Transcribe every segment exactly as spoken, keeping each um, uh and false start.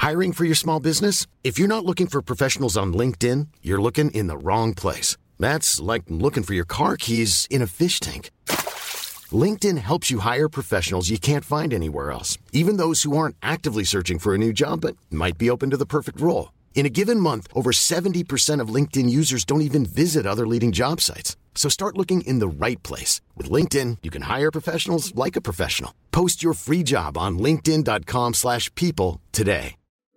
Hiring for your small business? If you're not looking for professionals on LinkedIn, you're looking in the wrong place. That's like looking for your car keys in a fish tank. LinkedIn helps you hire professionals you can't find anywhere else, even those who aren't actively searching for a new job but might be open to the perfect role. In a given month, over seventy percent of LinkedIn users don't even visit other leading job sites. So start looking in the right place. With LinkedIn, you can hire professionals like a professional. Post your free job on linkedin dot com slash people today.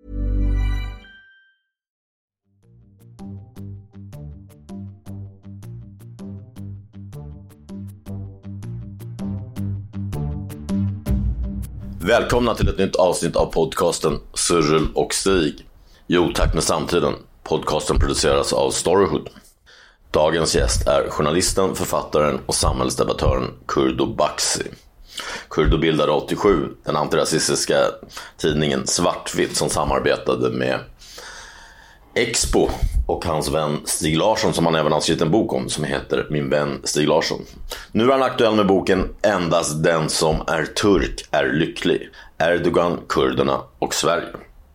Välkomna till ett nytt avsnitt av podcasten Cyril och Stig. Jo, tack med samtiden. Podcasten produceras av Storyhood. Dagens gäst är journalisten, författaren och samhällsdebattören Kurdo Bakci. Kurdo bildade åttiosju den antirasistiska tidningen Svartvitt som samarbetade med Expo och hans vän Stig Larsson, som han även har skrivit en bok om som heter Min vän Stig Larsson. Nu är han aktuell med boken Endast den som är turk är lycklig. Erdogan, kurderna och Sverige.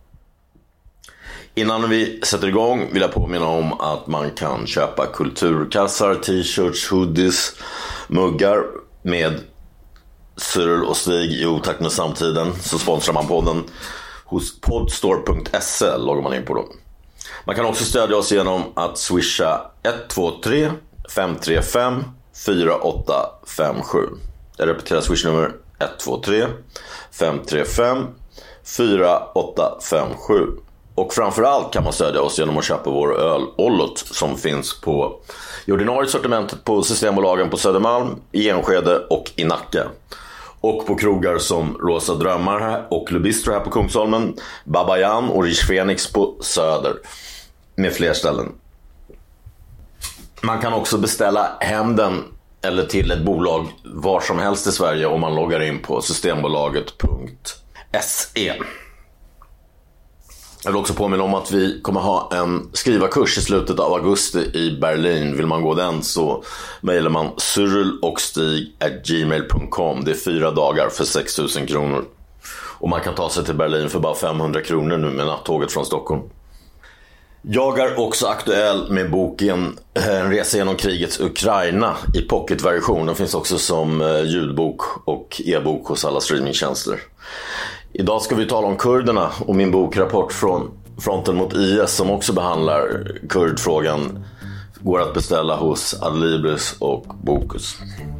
Innan vi sätter igång vill jag påminna om att man kan köpa kulturkassar, t-shirts, hoodies, muggar med Cyril och Stig i otakt med samtiden. Så sponsrar man podden hos podstore punkt se, loggar man in på dem. Man kan också stödja oss genom att swisha ett två tre fem tre fem fyra åtta fem sju. Jag repeterar swishnummer ett två tre fem tre fem fyra åtta fem sju. Och framförallt kan man stödja oss genom att köpa vår öl Ollot som finns på i ordinarie sortimentet på Systembolagen på Södermalm, i Enskede och i Nacka. Och på krogar som Rosa Drömmar här och Le Bistro här på Kungsholmen, Babayan och Rich Phoenix på Söder med fler ställen. Man kan också beställa hem den eller till ett bolag var som helst i Sverige om man loggar in på systembolaget punkt se. Jag vill också påminna om att vi kommer ha en skrivarkurs i slutet av augusti i Berlin. Vill man gå den så mejlar man cyrilochstig at gmail punkt com. Det är fyra dagar för sex tusen kronor. Och man kan ta sig till Berlin för bara femhundra kronor nu med nattåget från Stockholm. Jag är också aktuell med boken En resa genom krigets Ukraina i pocketversion. Den finns också som ljudbok och e-bok hos alla streamingtjänster. Idag ska vi tala om kurderna och min bok Rapport från fronten mot I S som också behandlar kurdfrågan går att beställa hos Adlibris och Bokus.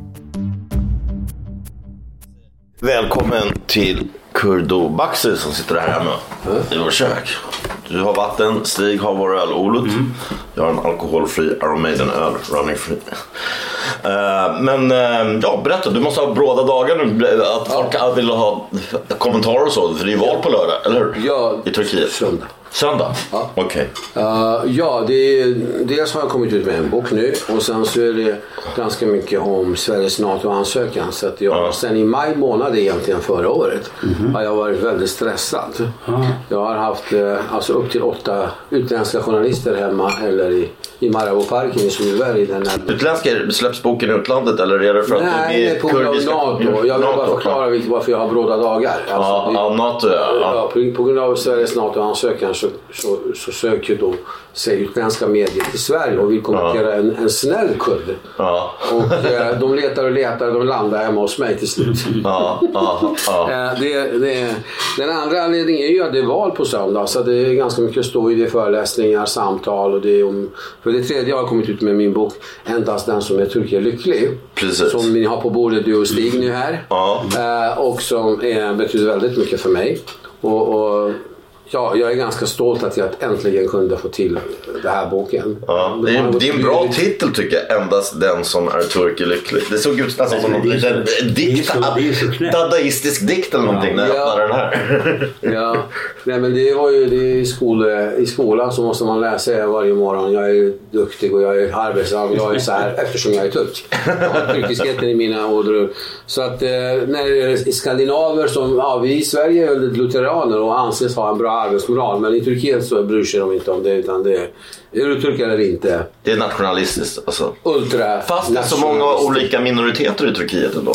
Välkommen till Kurdo Bakci som sitter här hemma i vår kök. Du har vatten, Stig har vår öl Olut. Mm. Jag har en alkoholfri Iron Maiden öl, running free. Uh, men uh, ja, berätta, du måste ha bråda dagar nu. Att folk ja. vill ha kommentarer och så. För det är val på lördag, eller hur? Ja, i Turkiet. Söndag. Söndag? Ja. Okej. Okay. Uh, ja, det är, dels har jag kommit ut med en bok nu. Och sen så är det ganska mycket om Sveriges NATO-ansökan. Så att jag, ja. sen i maj månad egentligen förra året mm-hmm. har jag varit väldigt stressad. Mm. Jag har haft uh, alltså upp till åtta utländska journalister hemma eller i i Marabouparken i Sundbyberg. Utländska, släpps boken i utlandet eller är det för att Nej, det är på grund av NATO. Jag vill NATO, bara förklara ja. varför jag har bråda dagar. Alltså, ja, det, ja, NATO, ja. ja på, på grund av Sveriges NATO-ansökan så, så, så söker då sig utländska medier till Sverige och vill kommentera ja. en, en snäll kurd. Ja. Och eh, de letar och letar och de landar hemma hos mig till slut. Ja, ja, ja. eh, det, det, den andra anledningen är ju att det är val på söndag så det är ganska mycket stå i det föreläsningar, samtal och det är om... För det tredje har jag kommit ut med min bok Endast den som är turk är lycklig. Precis. Som ni har på bordet, du och Stig nu här. Ja. Eh, och som är, betyder väldigt mycket för mig. Och... och ja, jag är ganska stolt att jag äntligen kunde få till den här boken. Ja, det, är, det är en bra titel tycker jag. Endast den som är turk är lycklig. Det såg ut nästan som en dikt, dadaistisk dikt eller någonting när jag ja. öppnade den här. Ja, nej men det var ju det i, skola, i skolan så måste man läsa varje morgon. Jag är duktig och jag är arbetsam. Jag är så här eftersom jag är turk. Jag har turkiskheten i mina ådror. Så att när skandinaver som, ja vi i Sverige är lutheraner och anses ha en bra arbetsmoral, men i Turkiet så bryr sig de inte om det utan det är, är du turk eller inte. Det är nationalistiskt alltså. Ultra. Fast det är så många olika minoriteter i Turkiet ändå.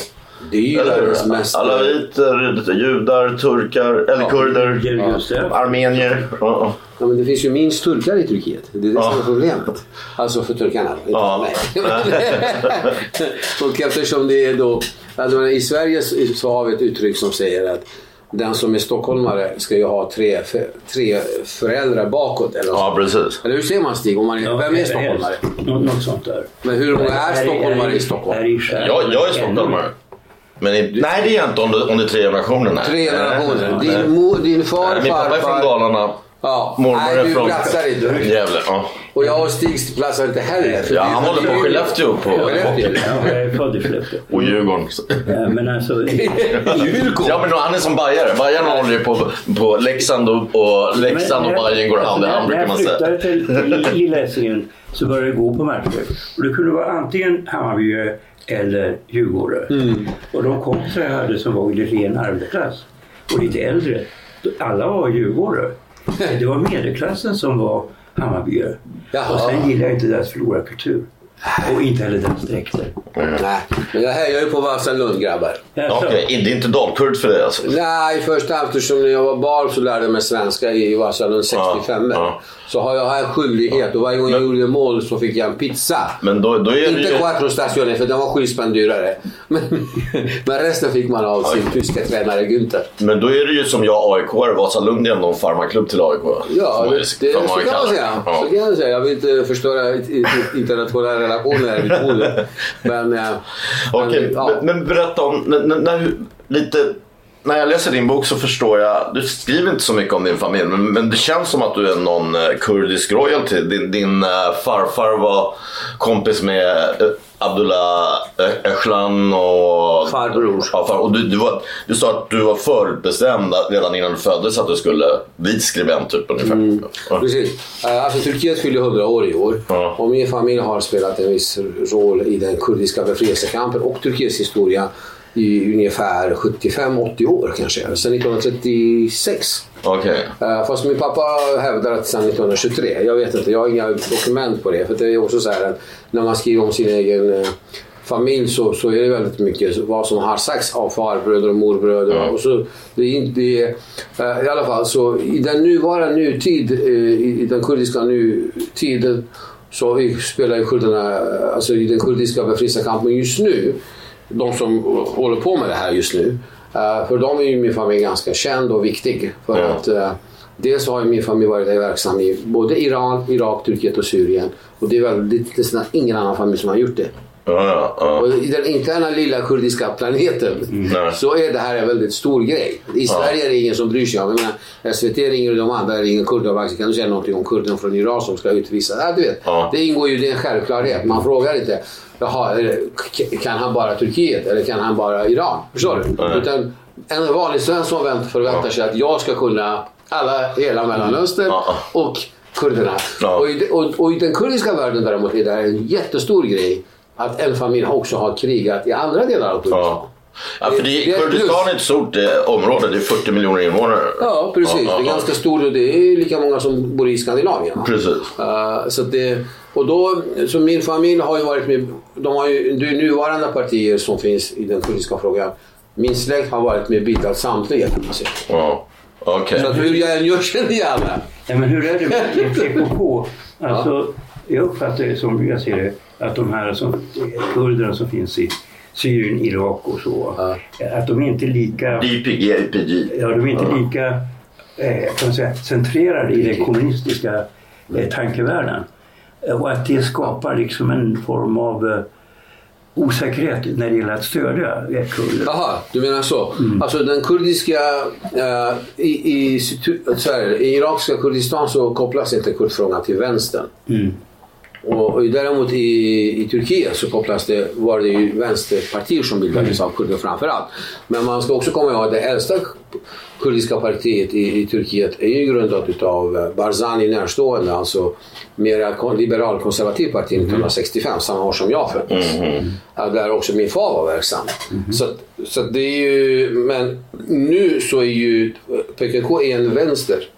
Det är ju världens mest... Alaviter, judar, turkar, eller ja, kurder, ja, armenier. Ja. Ja, men det finns ju minst turkar i Turkiet. Det är det ja. som är problemet. Alltså för turkarna, inte ja. för mig. Och eftersom det är då... Alltså i Sverige så har vi ett uttryck som säger att den som är stockholmare ska ju ha tre, tre föräldrar bakåt. Eller ja, precis. Eller hur ser man, Stig? Om man är, ja, vem är stockholmare? Något, något sånt där. Men hur många är stockholmare i Stockholm? Jag, jag är stockholmare. Men i, nej, det är inte om det, om det är tre generationer. Tre generationer. Din, mo, din far, nej, min pappa är från Dalarna. Ja, mormor nej, är du från platsar inte. Gävle, ja. Och jag och Stig platsar inte heller. Ja, han håller på Skellefteå på Skellefteå. Ja, jag är född i Skellefteå. Och Djurgården. Ja, men alltså... Djurgården? Ja, men han är som bajare. Bajarna håller ju på, på Leksand och, och Leksand men, och Bajen går hand i hand, brukar man säga. När jag flyttade till Lilla Essingen så började jag gå på matcher. Och det kunde vara antingen Hammarby eller Djurgården. Mm. Och de kompisar jag hade som var i ren arbetarklass och lite äldre, alla var Djurgården. Det var medelklassen som var Hammarbyare. Och sen gillade jag inte deras förlorarkultur. Och inte heller deras dräkter. Mm. Nej, men jag hejar ju på Vasalund, grabbar. Okej, okay. Det är inte dalkurd för dig alltså? Nej, först eftersom när jag var barn så lärde jag mig svenska i Vasalund sextiofem. Ja, ja. Så har jag en skyldighet och varje gång jag men, gjorde mål så fick jag en pizza. Men då, då är inte ju... quattro stationer för den var sju spänn dyrare. Men, men resten fick man av sin ja. tyska tränare Günther. Men då är det ju som jag A I K, Vasalund är ändå en farmaklubb till A I K. Ja, det, det, det så kan man säga. Ja. Så kan jag säga. Jag vill inte förstöra internationella relationer. men, ja, Okej, men, ja. men, men berätta om när, när, lite... När jag läser din bok så förstår jag, du skriver inte så mycket om din familj, men, men det känns som att du är någon uh, kurdisk royalty. Din, din uh, farfar var kompis med uh, Abdullah uh, Öcalan och farbror. Ja, far, och du, du, var, du sa att du var förutbestämd redan innan du föddes att du skulle bli skribent typ ungefär. Mm. Ja. Precis. Uh, alltså Turkiet fyller hundra år i år ja. och min familj har spelat en viss roll i den kurdiska befrielsekampen och Turkiets historia i ungefär sjuttiofem åttio år kanske, sedan nittonhundratrettiosex. Okay. Uh, fast min pappa hävdar att sedan nittonhundratjugotre. Jag vet inte, jag har inga dokument på det. För det är också så här att när man skriver om sin egen uh, familj så, så är det väldigt mycket vad som har sagts av farbröder och morbröder. Mm. Och så, det är inte, uh, i alla fall så i den nuvarande nutid, uh, i, i den kurdiska nutiden så spelar ju kurderna, alltså i den kurdiska befrielsekampen just nu, de som håller på med det här just nu. Uh, för dem är ju min familj ganska känd och viktig. För ja. att uh, dels har ju min familj varit verksam i både Iran, Irak, Turkiet och Syrien. Och det är väl det är nästan ingen annan familj som har gjort det. Ja, ja. Och i den interna lilla kurdiska planeten mm. så är det här en väldigt stor grej. I Sverige ja. är det ingen som bryr sig om. Jag menar, S V T ringer och de andra ringer kurder. Kan du säga någonting om kurderna från Iran som ska utvisa? Ja, du vet. Ja. Det ingår ju, det är en självklarhet. Man frågar inte, jaha, kan han bara Turkiet eller kan han bara Iran? Förstår du? Mm. Utan en vanlig svensk som förväntar ja. sig att jag ska kunna alla, hela Mellanöstern ja. och kurderna. Ja. Och, i, och, och i den kurdiska världen däremot är det en jättestor grej att en familj också har krigat i andra delar av Kurdistan. Ja. Ja, för det, det är Kurdistan är ett stort eh, område, det är fyrtio miljoner invånare. Ja, precis. Ja, ja, det är ganska stort och det är lika många som bor i Skandinavien. Precis. Uh, så det, och då, så min familj har ju varit med, de har ju, de nuvarande partier som finns i den kurdiska frågan, min släkt har varit med bildat samtliga, kan man säga. Ja, okej. Okay. Så att hur jag än gör känner jag alla. Ja, men hur är det med P K K? Alltså, ja. jag uppfattar det som jag ser det, att de här som, kurderna som finns i Syrien, Irak och så, ja. att de inte är lika D P G, L P G. Ja, de är inte ja. lika eh, kan säga, centrerade i den kommunistiska eh, tankevärlden. Och att det skapar liksom en form av eh, osäkerhet när det gäller att stödja kurder. Jaha, du menar så. Mm. Alltså den kurdiska uh, i, i, så här, i irakiska Kurdistan så kopplas inte kurdfrågan till vänstern. Mm. Och, och däremot i, i Turkiet så kopplas det, var det ju vänsterpartier som bildades av kurder framförallt. Men man ska också komma ihåg att det äldsta kurdiska partiet i, i Turkiet är ju grundat av Barzani närstående, alltså mer liberal konservativ parti nittonhundrasextiofem, samma år som jag föddes. Mm. Där också min far var verksam. Mm. Så, så det är ju, men nu så är ju P K K en vänster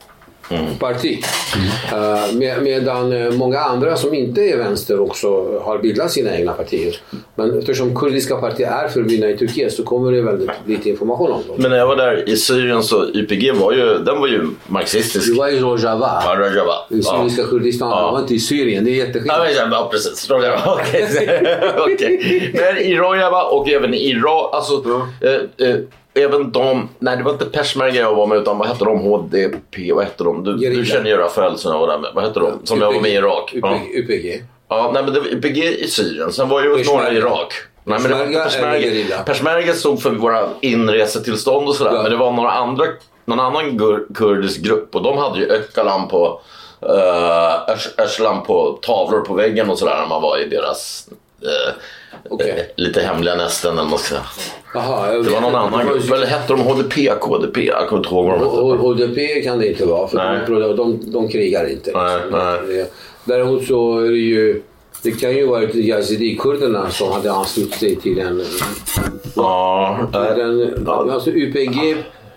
mm. parti. Mm. Uh, med, medan många andra som inte är vänster också har bildat sina egna partier. Men eftersom kurdiska partier är förbjudna i Turkiet så kommer det väldigt lite information om dem. Men när jag var där i Syrien så Y P G var ju, den var ju marxistisk. Det var i Rojava. Ja, Rojava. I syriska ja. Kurdistan. Ja. Det var inte i Syrien, det är jätteskillnad. Ja, men, ja precis. Rojava. Okej. Okay. Okay. Men i Rojava och även i Irak, alltså ja. eh, eh, även de, nej det var inte Peshmerga jag var med utan vad hette de? H D P, vad hette de? Du, du känner ju Rafael som jag var där med. Vad hette de? Som jag var med i Irak. U P G. Ja, nej men det var U P G i Syrien. Sen var ju några i Irak. Nej, men det var Peshmerga. Peshmerga stod för våra inresetillstånd och sådär. Ja. Men det var några andra, någon annan kurdisk grupp. Och de hade ju Öcalan på uh, Öcalan på tavlor på väggen och sådär när man var i deras uh, okay. uh, lite hemliga nästen eller något sådär. Aha, det var någon annan grupp. Eller hette de H D P, K D P? Jag kommer inte ihåg vad de hette. H D P kan det inte vara för de, de, de krigar inte. Nej, nej. Däremot så är det ju det kan ju vara yazidi-kurderna som hade anslutit sig till en ja, den, alltså U P G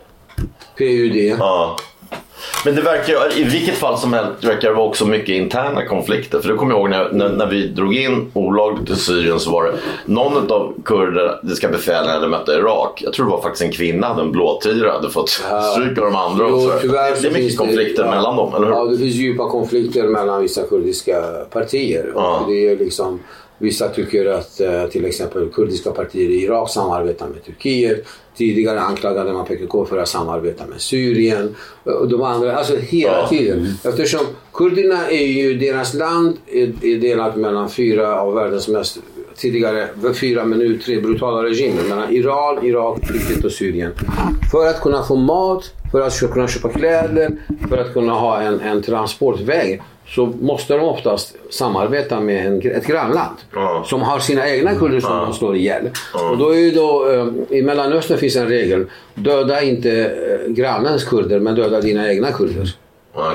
P U D. Ja. Men det verkar i vilket fall som helst verkar det vara också mycket interna konflikter. För det kommer jag ihåg när, när, när vi drog in olagligt till Syrien så var det någon av kurder, det ska befälen hade mött Irak. Jag tror det var faktiskt en kvinna, hade en blåtira, hade fått stryka de andra. Jo, och så. Det är mycket konflikter det, mellan dem, eller hur? Ja, det finns djupa konflikter mellan vissa kurdiska partier. Ja. Och det är liksom, vissa tycker att till exempel kurdiska partier i Irak samarbetar med Turkiet. Tidigare anklagade man P K K för att samarbeta med Syrien och de andra, alltså hela ja. tiden. Eftersom kurderna är ju, deras land är, är delat mellan fyra av världens mest tidigare, fyra men nu tre brutala regimer mellan Iran, Irak, Turkiet och Syrien. För att kunna få mat, för att kunna köpa kläder, för att kunna ha en, en transportväg så måste de oftast samarbeta med en, ett grannland ja. som har sina egna kurder som ja. de slår ihjäl. Ja. Och då är ju då, eh, i Mellanöstern finns en regel, döda inte eh, grannens kurder men döda dina egna kurder. Ja.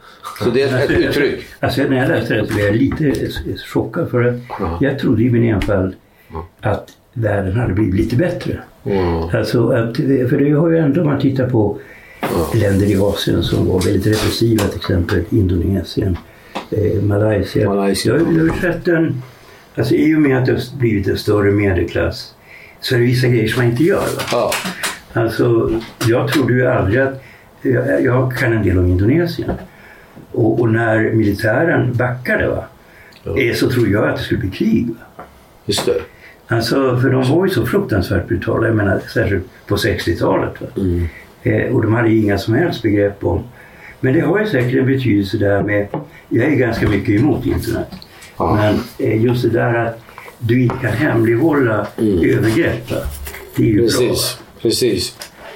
Så det är ett uttryck. Alltså när jag läste det så blev jag lite chockad för att ja. jag trodde i min enfald att världen hade blivit lite bättre. Ja. Alltså att, för det har ju ändå, man tittar på ja. länder i Asien som var väldigt repressiva, till exempel Indonesien, eh, Malaysia. Malaysia. Jag, jag har sett en, alltså i och med att det har blivit en större medelklass så är det vissa grejer som man inte gör. Va? Ja. Alltså jag trodde ju aldrig att, jag, jag kan en del om Indonesien. Och, och när militären backade va, ja. så tror jag att det skulle bli krig. Va? Just det. Alltså, för de var ju så fruktansvärt brutala, jag menar särskilt på sextiotalet. Va? Mm. Eh, och de hade inga som helst begrepp om. Men det har ju säkert en betydelse där med, jag är ganska mycket emot internet. Ja. Men eh, just det där att du inte kan hemlighålla mm. övergrepp, va? Det är ju precis, bra. Precis.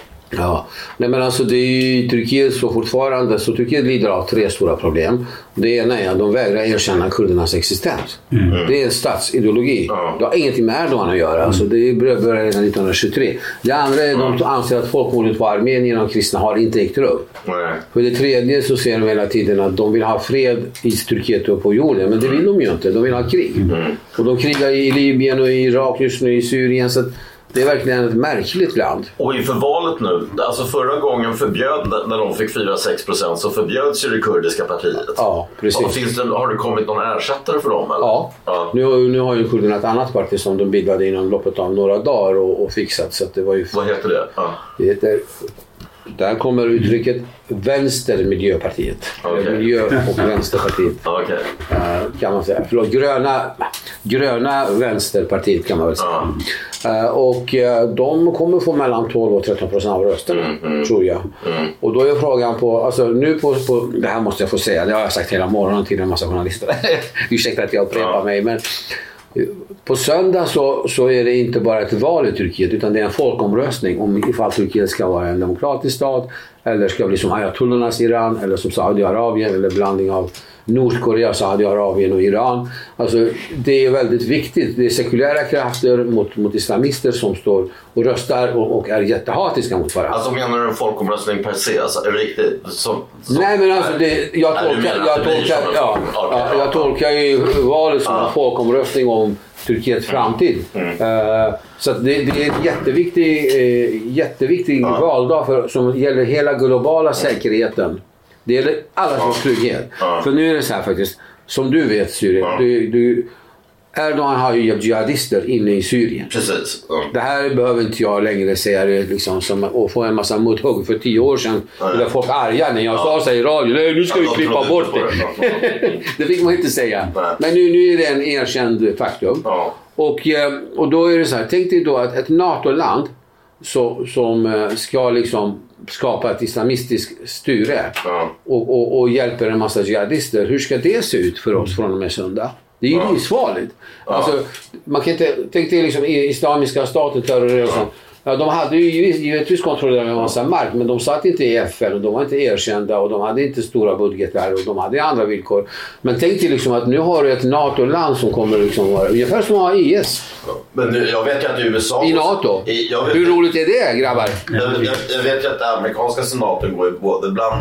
Ja, nej men alltså det är ju Turkiet så fortfarande, så Turkiet lider av tre stora problem. Det ena är att de vägrar erkänna kurdernas existens. Mm. Det är en statsideologi. Mm. Det har ingenting med Erdogan att göra. Mm. Alltså det började redan nittonhundratjugotre. Det andra är att de anser att folkmordet på Armenien och kristna har inte ägt rum. Mm. För det tredje så ser de hela tiden att de vill ha fred i Turkiet och på jorden. Men det vill de ju inte. De vill ha krig. Mm. Och de krigar i Libyen och i Irak just nu, i Syrien. Så att det är verkligen ett märkligt land. Och inför valet nu, alltså förra gången förbjöd, när de fick fyra till sex procent så förbjöds ju det kurdiska partiet. Ja, precis. Och finns det, har det kommit någon ersättare för dem? Eller? Ja, ja. Nu, nu har ju kurderna ett annat parti som de bildade inom loppet av några dagar och, och fixat. Så att det var ju... Vad heter det? Ja. Det heter... Där kommer uttrycket Vänstermiljöpartiet. Okay. Miljö- och Vänsterpartiet. Okay. Uh, kan man säga. Förlåt, gröna, gröna Vänsterpartiet kan man väl säga. Uh. Uh, och uh, de kommer få mellan tolv och tretton procent av rösterna, mm, mm. tror jag. Mm. Och då är frågan på, alltså nu på, på, det här måste jag få säga, det har jag sagt hela morgonen till en massa journalister. Ursäkta att jag upprepar uh. mig, men på söndag så, så är det inte bara ett val i Turkiet utan det är en folkomröstning om ifall Turkiet ska vara en demokratisk stat eller ska bli som Ayatollahs Iran eller som Saudiarabien eller blandning av Nordkorea, Saudiarabien och Iran. Alltså det är väldigt viktigt. Det är sekulära krafter mot, mot islamister som står och röstar och, och är jättehatiska mot varandra. Alltså menar du en folkomröstning per se? Alltså, är det riktigt? Som, som, Nej men alltså det, jag, nej, tolkar, jag, tolkar, ja, okay, ja, jag tolkar ju valet som ja. en folkomröstning om Turkiets framtid. Mm. Uh, så att det, det är en jätteviktig, uh, jätteviktig ja. valdag för, som gäller hela globala säkerheten Det är allas vår trygghet. Ja. För nu är det så här faktiskt, som du vet Syrien, ja. du, du, Erdogan har ju jihadister inne i Syrien. Precis. Ja. Det här behöver inte jag längre säga det liksom, som att få en massa mothugg. För tio år sedan ja. Blev folk arga när jag ja. sa sig i radio, nej nu ska ja, vi klippa bort det. Det. Det fick man inte säga. Nej. Men nu, nu är det en erkänd faktum. Ja. Och, och då är det så här, tänk dig då att ett NATO-land så, som ska liksom skapa ett islamistiskt styre ja. och, och, och hjälper en massa jihadister. Hur ska det se ut för oss från och med söndag? Det är ju ja. livsfarligt. Ja. Alltså, man kan inte, tänk dig liksom islamiska staten, terrorrörelsen. Ja. Ja, de hade ju givetvis kontrollerat en massa mark, men de satt inte i F N och de var inte erkända och de hade inte stora budgetar och de hade andra villkor. Men tänk dig liksom att nu har du ett NATO-land som kommer liksom vara ungefär som har I S. Men nu, jag vet ju att U S A... I NATO? I, jag vet, Hur roligt är det, grabbar? Jag, jag, jag vet ju att den amerikanska senaten går ju både bland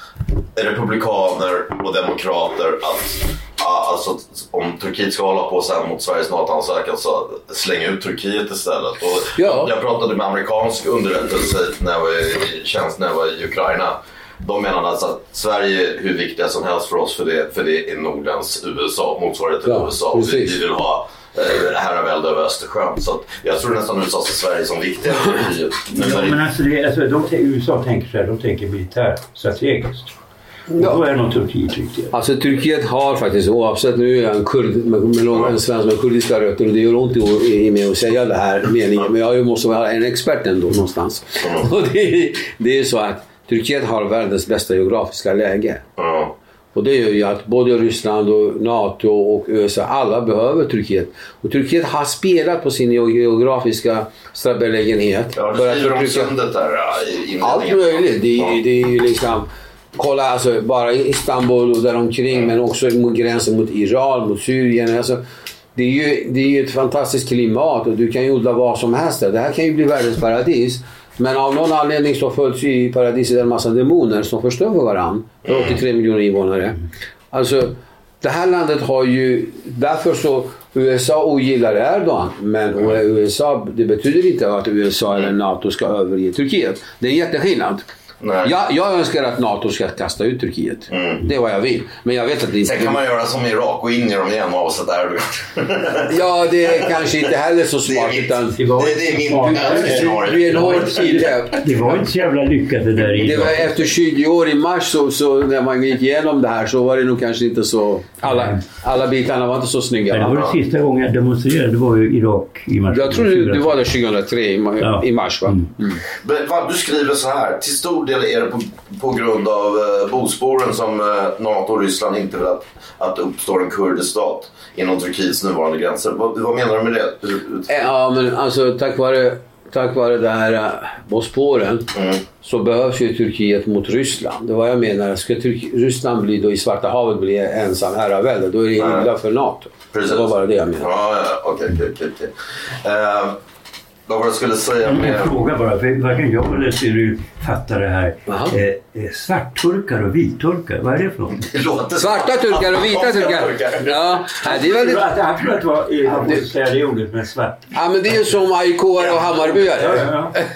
republikaner och demokrater att... Alltså om Turkiet ska hålla på sen mot Sveriges NATO-ansökan så slänga ut Turkiet istället. Och ja. Jag pratade med amerikansk underrättelse när jag var i tjänst när jag var i Ukraina. De menade alltså att Sverige är hur viktiga som helst för oss för det, för det är Nordens U S A, motsvarighet till ja, U S A. Vi, vi vill ha eh, herravälde över Östersjön. Så att jag tror nästan U S A ser Sverige som viktigare än Turkiet. Ja, men alltså, det, alltså de, U S A tänker så här, de tänker militärt, strategiskt. Ja. Då är det nog Turkiet riktigt. Alltså Turkiet har faktiskt, oavsett nu är jag en kurd med, med en svensk med kurdiska rötter och det gör ont i mig att säga det här meningen, men jag måste vara en expert ändå någonstans. Mm. Och det är, det är så att Turkiet har världens bästa geografiska läge. Mm. Och det gör ju att både Ryssland och NATO och U S A, alla behöver Turkiet. Och Turkiet har spelat på sin geografiska belägenhet. Ja, för att Turkiet, där, allt möjligt. Det, mm. det är ju liksom... Kolla alltså bara Istanbul och där omkring, men också mot gränsen mot Iran, mot Syrien. Alltså, det är ju det är ju ett fantastiskt klimat och du kan ju odla vad som helst där. Det här kan ju bli världens paradis. Men av någon anledning så följs i paradiset en massa demoner som förstör för varandra. åttiotre miljoner invånare. Alltså det här landet har ju, därför så U S A ogillar Erdogan, men U S A, det betyder inte att U S A eller NATO ska överge Turkiet. Det är en jätteskillnad. Jag, jag önskar att NATO ska kasta ut Turkiet. Mm. Det är vad jag vill. Men jag vet att det inte... Sen kan man göra som Irak och in i dem igen och så där. Ja, det är kanske inte heller så smart. Det är, utan... det, var... det, det är min det, det, det, hård det var inte så jävla lyckat det där. Det var efter tjugo år i mars så, så när man gick igenom det här så var det nog kanske inte så... Alla, alla bitarna var inte så snygga. Men det var det sista gången jag demonstrerade. Det var ju Irak i mars. Jag tror det var det tjugohundratre i, ja. i mars, va? Mm. Mm. Men, du skriver så här. Till stor del är det på, på grund av eh, bospåren som eh, NATO och Ryssland inte vill att, att det uppstår en kurdistat inom Turkiets nuvarande gränser. Vad, vad menar du med det? Ja, men alltså tack vare, tack vare det här uh, bospåren mm. så behövs ju Turkiet mot Ryssland. Det var jag menar. Ska Turk- Ryssland bli då i Svarta havet bli ensam herravälde, då är det illa mm. för NATO. Precis. Det var bara det jag menar. Ja, ja, okej, okej, okej. Uh, Vad jag skulle säga med... En fråga bara, för varken jag eller Cyril fattar det här. Eh, svartturkar och vitturkar, vad är det för något? Svarta turkar och vita turkar. Ja, det är väldigt... Jag tror att det var, jag måste säga det ordet med svart. Ja, men det är som A I K-are och Hammarbyare. Ja, ja, ja.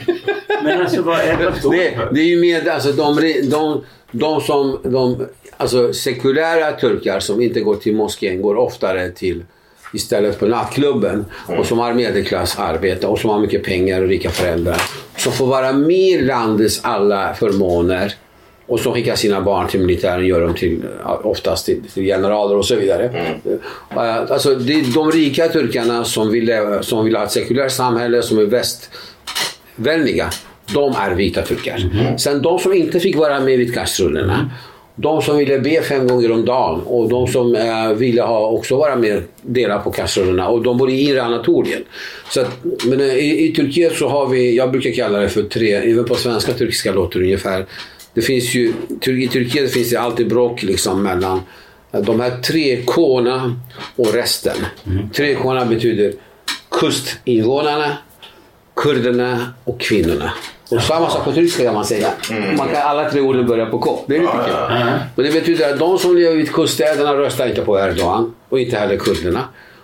Men alltså, vad är det? Det, det är ju med, alltså de, de, de som, de, alltså sekulära turkar som inte går till moskén går oftare till istället på nattklubben mm. och som har medelklassarbete och som har mycket pengar och rika föräldrar som får vara med i landets alla förmåner och som skickar sina barn till militären, gör dem till oftast till, till generaler och så vidare. Mm. Alltså det är de rika turkarna som vill, som vill ha ett sekulärt samhälle, som är västvänliga, de är vita turkar. Mm. Sen de som inte fick vara med vid kastrullerna, mm. de som ville be fem gånger om dagen och de som eh, ville ha också vara med dela på kassorna och de bor i inre Anatolien. Så att, men eh, i, i Turkiet så har vi, jag brukar kalla det för tre, även på svenska turkiska låter ungefär. Det finns ju, i Turkiet finns det alltid bråk liksom mellan de här tre kåna och resten. Mm. Tre kåna betyder kustinvånarna, kurderna och kvinnorna. Och samma sak på turkiska kan man säga. Mm. Man kan alla tre orden börja på K. Det är lite kul. Mm. Men det betyder att de som lever vid kuststäderna röstar inte på Erdogan och inte heller kurderna.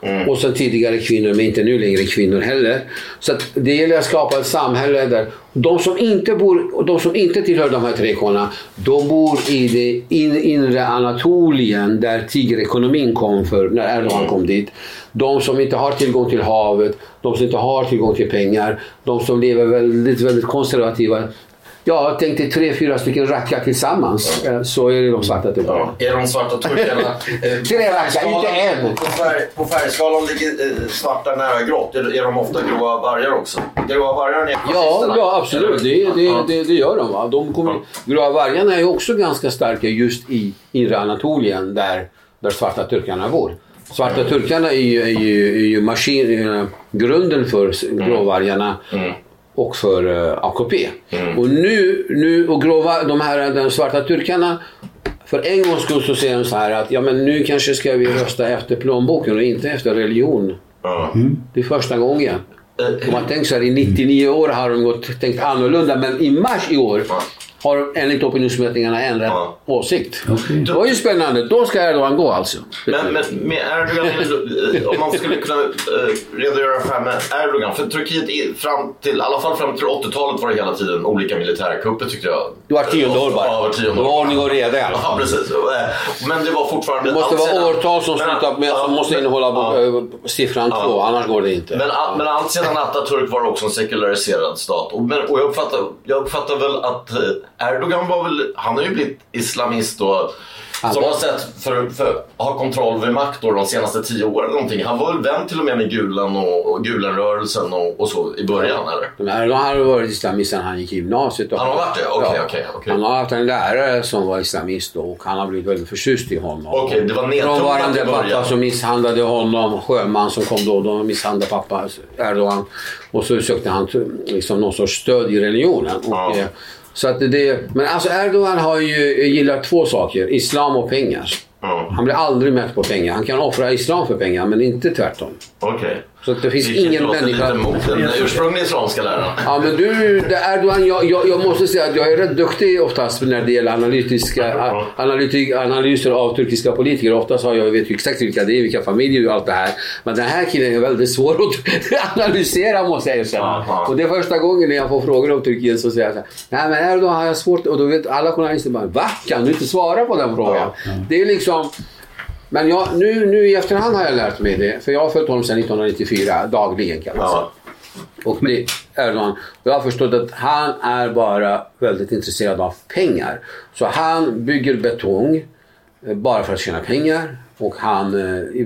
Mm. Och sen tidigare kvinnor, men inte nu längre kvinnor heller. Så att det gäller att skapa ett samhälle där de som inte bor, de som inte tillhör de här tre kårna, de bor i det in, inre Anatolien där tigerekonomin kom för när Erdogan mm. kom dit. De som inte har tillgång till havet, de som inte har tillgång till pengar, de som lever väldigt, väldigt konservativa. Ja, jag tänkte tre, fyra stycken rackar tillsammans. Ja. Så är det de svarta turkarna. Ja. Är de svarta turkarna? Tre rackar, inte en. På, färg, på färgskalan ligger eh, svarta nära grått. Är, är de ofta gråa vargar också? Gråa vargar är ja, ja, absolut. Det, det, det, det gör de. Va? De kommer, gråa vargarna är också ganska starka just i inre Anatolien där, där svarta turkarna bor. Svarta mm. turkarna är ju, är ju, är ju maskin, grunden för gråvargarna. Mm. Och för uh, A K P. Mm. Och nu, nu och grova, de här de svarta turkarna, för en gång skulle så säga de så här att ja, men nu kanske ska vi rösta efter plånboken och inte efter religion. Mm. Det är första gången. Och man tänker så här, i nittionio år har de gått, tänkt annorlunda, men i mars i år har enligt opinionsmätningarna ändrat ja. åsikt. Okay. Det var ju spännande. Då ska Erdogan gå alltså. Men, men med Erdogan, om man skulle kunna uh, redogöra för med Erdogan, för Turkiet fram till, i alla fall fram till åttiotalet var det hela tiden olika militärkupper tycker jag. Det var tionde år bara. Ja, det var ordning och reda. Ja, precis. Men det var fortfarande... Det måste vara sedan, årtal som slutar med, som måste innehålla ja, siffran ja, två, annars går det inte. Men, men allt sedan Atatürk var också en sekulariserad stat. Och, men, och jag, uppfattar, jag uppfattar väl att Erdogan var väl, han har ju blivit islamist och som har sett för, för att ha kontroll vid makt då, de senaste tio åren eller någonting. Han var väl vän till och med med Gulen och, och Gulenrörelsen och, och så i början eller? Men Erdogan har varit islamist sedan han gick i gymnasiet. Och han har varit det? Okej, okay, ja. okej. Okay, okay. Han har haft en lärare som var islamist och han har blivit väldigt förtjust i honom. Okej, okay, det var nedtonat i början. Pappa som misshandlade honom, sjöman som kom då, de misshandlade pappa Erdogan. Och så sökte han liksom någon sorts stöd i religionen. Och, ja. Så att det, men alltså Erdogan har ju gillat två saker, islam och pengar. Mm. Han blir aldrig mätt på pengar. Han kan offra islam för pengar, men inte tvärtom. Okej. Okay. Så att det finns Vilket ingen människa... lite mot den ursprungliga islamska läraren. Ja, men du, det Erdogan, jag, jag, jag måste säga att jag är rätt duktig oftast när det gäller analytiska, mm. analytik, analyser av turkiska politiker. Oftast har jag vet exakt vilka det är, vilka familjer och allt det här. Men den här killen är väldigt svår att analysera, måste jag säga. Mm. Och det är första gången när jag får frågor om Turkiet så säger jag så här, nej men Erdogan har jag svårt, och då vet alla journalister bara, va? Kan du inte svara på den frågan? Mm. Det är liksom... Men jag, nu, nu i efterhand har jag lärt mig det. För jag har följt honom sedan nittonhundranittiofyra, dagligen kan man säga. Ja. Och det Erdogan. Och jag har förstått att han är bara väldigt intresserad av pengar. Så han bygger betong bara för att tjäna pengar. Och han,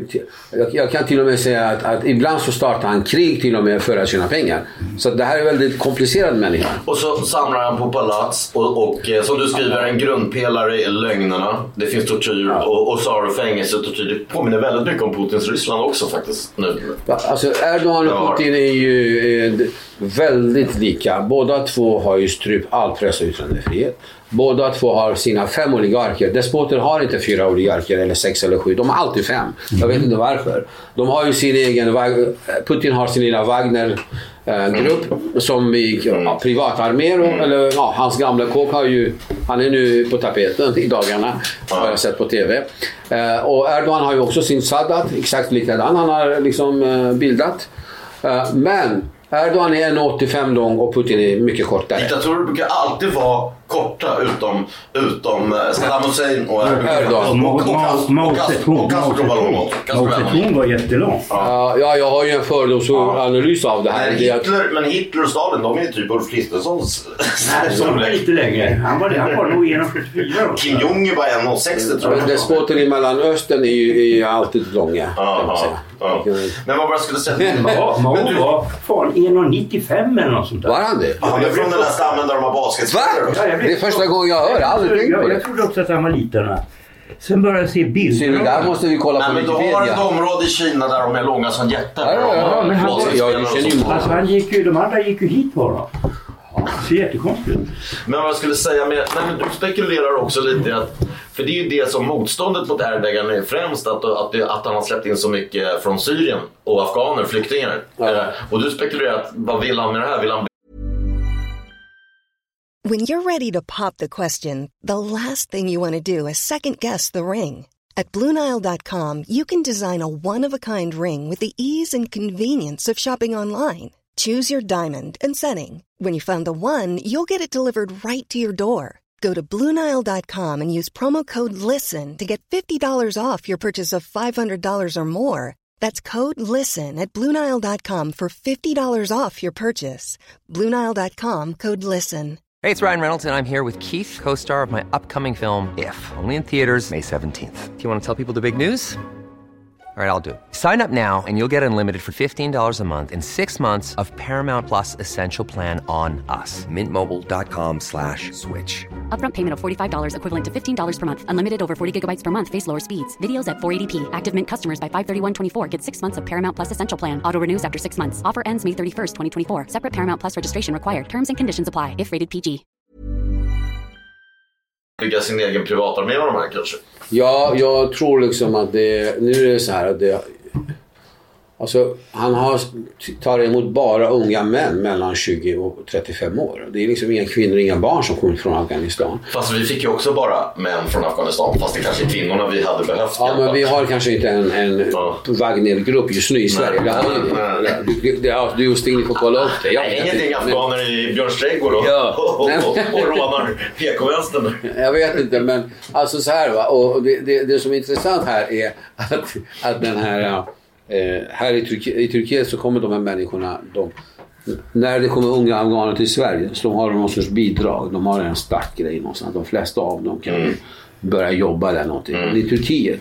jag kan till och med säga att, att ibland så startar han krig till och med för att tjäna pengar. Så det här är väldigt komplicerad människa. Och så samlar han på palats och, och som du skriver, en grundpelare är lögnerna. Det finns tortyr ja. och, och så har du fängelse och tortyr. Det påminner väldigt mycket om Putins Ryssland också faktiskt nu. Alltså Erdogan och Putin är ju är väldigt lika. Båda två har ju strypt all press och yttrandefrihet. Båda två har sina fem oligarker. Despoter har inte fyra oligarker eller sex eller sju. De har alltid fem. Jag vet inte varför. De har ju sin egen... Putin har sin lilla Wagner-grupp eh, som i ja, privatarméer. Eller ja, hans gamla kåk har ju... Han är nu på tapeten i dagarna. Har jag sett på tv. Eh, och Erdogan har ju också sin Sadat. Exakt likadan. Han har liksom eh, bildat. Eh, men... Erdogan är en komma åttiofem lång och Putin är mycket kortare. Diktatorer brukar alltid vara korta utom, utom Saddam Hussein och Erdogan. Mao Zedong var jättelång. Ja, jag har ju en fördomsanalys av det här. Men Hitler, men Hitler och Stalin, de är ju typ Ulf Kristerssons. Nej, de var lite längre. Han var, det, han var nog en komma sjuttiofyra. Kim Jong är bara en komma sextio tror jag. Despoten i Mellanöstern är ju är alltid långa. Kan man säga. Ja. Men vad bara skulle säga Mao var fan en komma nittiofem eller något sånt där. Var han det? Han är från den där stammen där de har basketspelare. Ja, det är första gången jag hör. Jag har aldrig tänkt på det. Jag trodde också att han var liten. Sen började jag se bilder. Så där måste vi kolla. Nej, på men Wikipedia. De har ett område i Kina där de är långa som jättar. Ja, ja, ja, men han, ja, alltså, han gick ju, de andra gick ju hit på honom. Det är jättekonstigt. Men vad jag skulle säga med, nej, men du spekulerar också lite att, för det är ju det som motståndet mot Erdogan är främst, att, att, det, att han har släppt in så mycket från Syrien och afghaner, flyktingar. Ja. Eh, och du spekulerar att, vad vill han med det här? Vill han... When you're ready to pop the question, the last thing you want to do is second guess the ring. At Blue Nile dot com, you can design a one-of-a-kind ring with the ease and convenience of shopping online. Choose your diamond and setting. When you find the one, you'll get it delivered right to your door. Go to Blue Nile dot com and use promo code LISTEN to get fifty dollars off your purchase of five hundred dollars or more. That's code LISTEN at Blue Nile dot com for fifty dollars off your purchase. Blue Nile dot com, code LISTEN. Hey, it's Ryan Reynolds, and I'm here with Keith, co-star of my upcoming film, If, only in theaters May seventeenth. Do you want to tell people the big news? All right, I'll do it. Sign up now and you'll get unlimited for fifteen dollars a month and six months of Paramount Plus Essential Plan on us. Mint Mobile dot com slash switch. Upfront payment of forty-five dollars equivalent to fifteen dollars per month. Unlimited over forty gigabytes per month. Face lower speeds. Videos at four eighty p. Active Mint customers by five thirty-one twenty-four get six months of Paramount Plus Essential Plan. Auto renews after six months. Offer ends May thirty-first, twenty twenty-four. Separate Paramount Plus registration required. Terms and conditions apply if rated P G. Bygga sin egen privatarmé av de här kanske? Ja, jag tror liksom att det, nu är det så här att det, alltså han har, tar emot bara unga män mellan tjugo och trettiofem år. Det är liksom inga kvinnor, inga barn som kommer från Afghanistan. Fast vi fick ju också bara män från Afghanistan, fast det kanske är kvinnorna vi hade behövt. Ja, men vi har kanske inte en, en ja. Wagner-grupp just nu i Sverige. Nej, nej, nej. Du, du, ja, du just inte får kolla upp det. Nej, ingenting afghaner men... i Björns trädgård och, ja. och, och, och, och rånar P K-vänstern. Jag vet inte, men alltså så här va. Och det, det, det som är intressant här är att, att den här... Ja, Eh, här i, Turk- i Turkiet så kommer de här människorna de, när det kommer unga afghaner till Sverige så har de någon sorts bidrag, de har en startgrej någonstans, de flesta av dem kan mm. börja jobba eller någonting. Mm. Men i Turkiet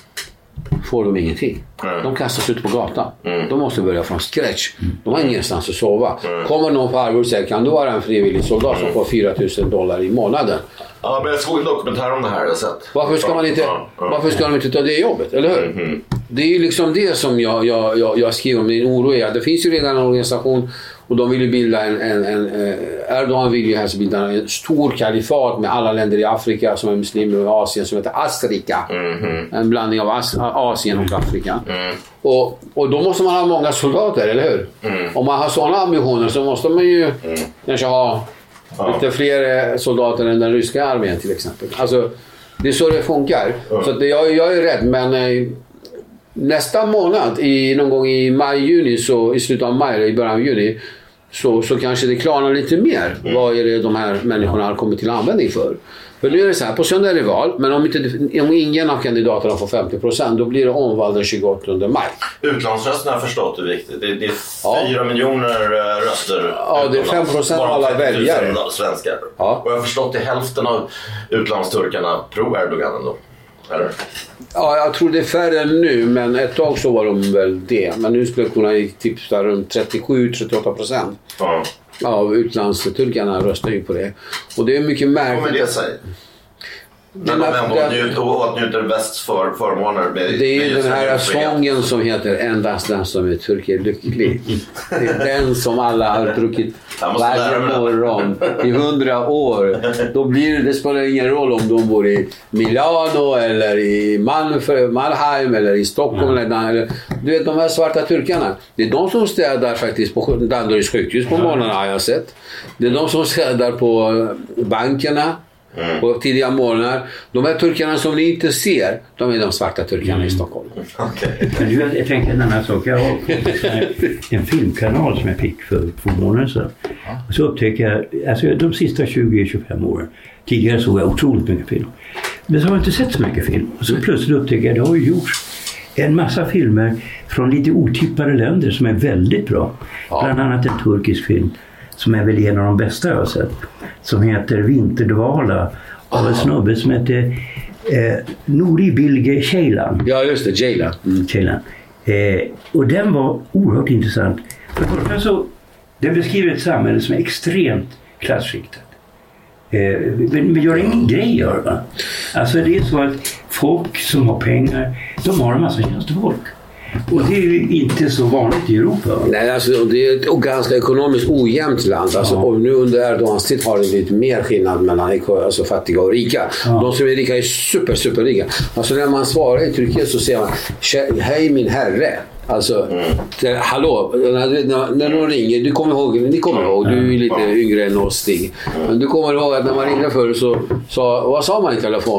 får de ingenting. Mm. De kastas ut på gatan. Mm. De måste börja från scratch. De har ingenstans att sova. Mm. Kommer någon på Harvard och säger, kan du vara en frivillig soldat som får fyra tusen dollar i månaden? Ja, men jag såg en dokumentär om det här jag sett. Varför ska man inte, varför ska de inte ta det jobbet, eller hur? Mm-hmm. Det är ju liksom det som jag, jag, jag, jag skriver om. Min oro är att det finns ju redan en organisation och de vill ju bilda en, en, en Erdogan vill ju helst bilda en stor kalifat med alla länder i Afrika som är muslimer och Asien som heter Afrika. Mm-hmm. En blandning av As- Asien och Afrika. Mm. Och, och då måste man ha många soldater, eller hur? Mm. Om man har sådana ambitioner så måste man ju mm. kanske ha ja. lite fler soldater än den ryska armén till exempel. Alltså, det är så det funkar. Mm. Så att jag, jag är rädd, men eh, nästa månad, i, någon gång i maj, juni, så i slutet av maj eller i början av juni, så, så kanske det klarnar lite mer. Mm. Vad är det de här människorna har kommit till användning för? För nu är det så här, på söndag är det val, men om, inte, om ingen av kandidaterna får femtio procent, då blir det omval den tjugoåttonde maj. Utlandsrösterna har förstått hur viktigt. Det är, det är fyra ja. miljoner röster. Ja, det är fem procent av alla väljare. Svenskar. Ja. Och jag har förstått att hälften av utlandsturkarna pro-Erdogan ändå. Eller? Ja, jag tror det är färre nu, men ett tag så var de väl det. Men nu skulle det kunna tipsa runt trettiosju till trettioåtta procent. Ja. Av utlandsturkarna röstar ju på det. Och det är mycket märkligt. Vad med det säger? Men de ändå åtnjuter västs för förmåner. Med, det är ju den här sången som heter Endast den som är turker lycklig. Det är den som alla har druckit varje morgon i hundra år. Då blir det, det spelar ingen roll om de bor i Milano eller i Malmö, Malheim eller i Stockholm. Mm. Eller, du vet, de här svarta turkarna. Det är de som städar faktiskt på Danderyds sjukhus på morgonen, har jag sett. Det är de som städar på bankerna. Mm. På tidiga morgnar. De här turkarna som ni inte ser, de är de svarta turkarna mm. i Stockholm. Okay. Men du, jag tänker en annan sak. Jag har en filmkanal som jag fick för två månader sedan. Och så upptäcker jag, alltså de sista tjugo till tjugofem åren, tidigare såg jag otroligt mycket film. Men så har jag inte sett så mycket film. Och så plötsligt upptäcker jag att det har ju gjorts en massa filmer från lite otippade länder som är väldigt bra. Ja. Bland annat en turkisk film som är väl en av de bästa jag har sett, som heter Vinterdvala av en snubbe som heter eh, Nuri Bilge Ceylan. Ja, just det, Ceylan. Mm. Ceylan. Eh, och den var oerhört intressant. För första så, den beskriver ett samhälle som är extremt klasskiktat. Eh, men vi gör ingen grej gör, va? Alltså det är så att folk som har pengar, de har en massa tjänstefolk. Och det är ju inte så vanligt i Europa. Nej, alltså, det är ett ganska ekonomiskt ojämnt land. Alltså, ja. Och nu under Erdogans tid har det blivit mer skillnad mellan alltså, fattiga och rika. Ja. De som är rika är super, super rika. Alltså när man svarar i Turkiet så säger man hej min herre. Alltså, mm. det, hallå, när, när de ringer, du kommer ihåg, ni kommer ihåg, du är lite yngre än oss, Stig. Men du kommer ihåg att när man ringde förr så sa, vad sa man i telefon?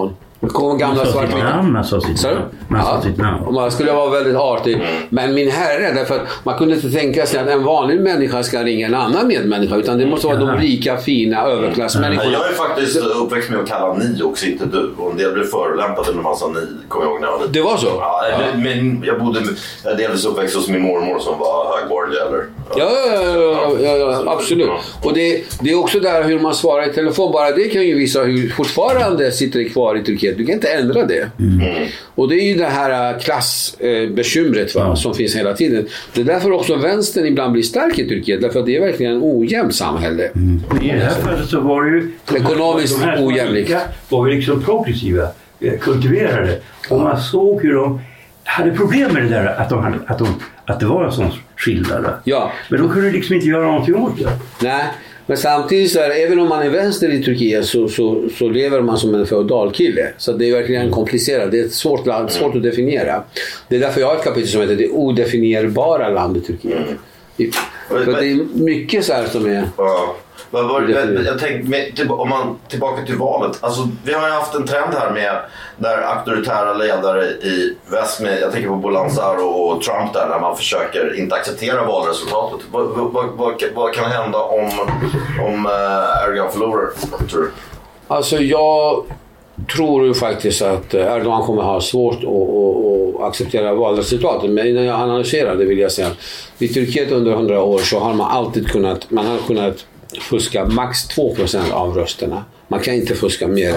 Det kommer gamla svartvita. Man sa sitt namn. Man sa sitt namn. Man skulle vara väldigt artig. Men min herre, därför att man kunde inte tänka sig att en vanlig människa ska ringa en annan medmänniska, utan det måste vara de rika, fina, överklassmänniskorna. Jag är faktiskt uppväxt med att kalla ni också, inte du. Och en del blev förolämpade när man sa ni, kommer jag ihåg när jag var lite. Det var så? Ja, ja. Men jag bodde jag delvis uppväxt hos min mormor som var högborgerlig eller... Ja, ja, ja, ja, ja, absolut. Och det, det är också där hur man svarar i telefon. Bara det kan ju visa hur fortfarande sitter kvar i Turkiet. Du kan inte ändra det. Mm. Och det är ju det här klassbekymret va, som finns hela tiden. Det är därför också vänstern ibland blir stark i Turkiet. Därför att det är verkligen en ojämnt samhälle. Mm. I det här fallet så var det ju... Ekonomiskt ojämlikt. Var ju liksom progressiva, kultiverade. Och man såg hur de hade problem med det där att, de hade, att, de, att det var en sån skillnad. Ja. Men de kunde liksom inte göra någonting åt det. Nej, men samtidigt så är det, även om man är vänster i Turkiet så, så, så lever man som en feodalkille. Så det är verkligen komplicerat. Det är ett svårt land, svårt att definiera. Det är därför jag har ett kapitel som heter Det odefinierbara land i Turkiet. Mm. För det är mycket så här som är... Ja. Vad var det, jag tänkte med, om man tillbaka till valet, alltså vi har ju haft en trend här med där auktoritära ledare i väst, med, jag tänker på Bolansar och Trump där, när man försöker inte acceptera valresultatet. Vad, vad, vad, vad kan hända om, om uh, Erdogan förlorar, tror du? Alltså jag tror ju faktiskt att Erdogan kommer ha svårt att, att, att acceptera valresultatet. Men innan jag analyserar det vill jag säga att i Turkiet under hundra år så har man alltid kunnat, man har kunnat fuska max två procent av rösterna. Man kan inte fuska mer.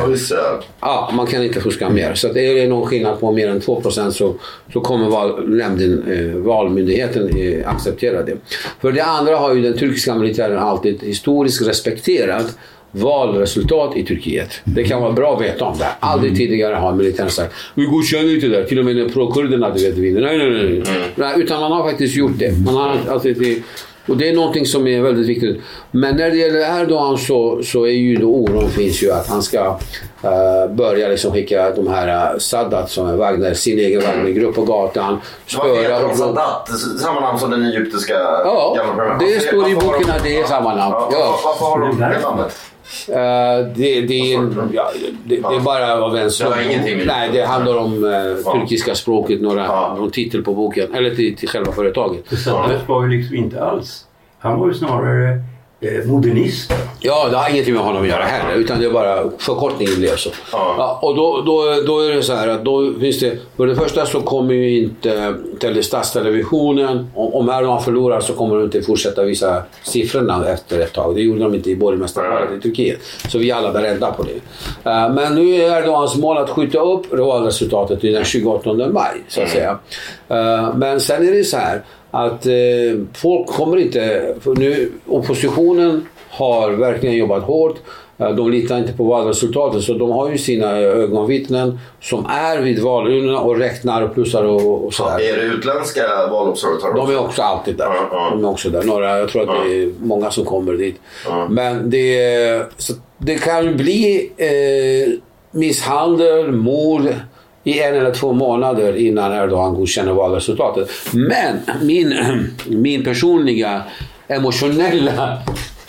Ja, man kan inte fuska mer. Så att är det någon skillnad på mer än två procent så, så kommer val, nämnden, eh, valmyndigheten eh, acceptera det. För det andra har ju den turkiska militären alltid historiskt respekterat valresultat i Turkiet. Det kan vara bra att veta om det. Aldrig tidigare har militären sagt vi godkänner inte det där. Till och med när pro-kurderna vet vinner. Nej, nej, nej. nej. Utan man har faktiskt gjort det. Man har alltid... Och det är någonting som är väldigt viktigt. Men när det gäller Erdogan så, så är ju då oron finns ju att han ska uh, börja liksom skicka de här uh, Sadat som är Wagner, sin egen Wagner-grupp på gatan. Vad heter de Sadat? Samma namn som den egyptiska ja, gamla det står i boken att det är samma namn. Ja, ja. Varför har de det namnet? Uh, det, det, är, ja, det, det är bara av en slump. Nej, det handlar om uh, turkiska språket, några, ja. någon titel på boken eller till, till själva företaget. Det var ju liksom inte alls. Han var ju snarare eh, modernist. Ja, det har ingenting med honom att göra heller, utan det är bara förkortningen blev så. Ja. Ja, och då, då, då är det så här att då finns det, för det första så kommer ju inte till statstelevisionen, om, om Erdogan förlorar så kommer de inte fortsätta visa siffrorna efter ett tag. Det gjorde de inte i borgmästarvalet i Turkiet. Så vi är alla beredda på det. Uh, men nu är Erdogans mål att skjuta upp valresultatet till den tjugoåttonde maj, så att säga. Uh, men sen är det så här att eh, folk kommer inte, för nu oppositionen har verkligen jobbat hårt, de litar inte på valresultatet så de har ju sina ögonvittnen som är vid valurnorna och räknar och plussar och, och sådär. Ja, är det utländska valobservatörer? De är också alltid där. Mm, mm. De är också där. Några, jag tror att mm. det är många som kommer dit. Mm. Men det, så det kan ju bli eh, misshandel, mord i en eller två månader innan Erdogan godkänner valresultatet. Men min, min personliga emotionella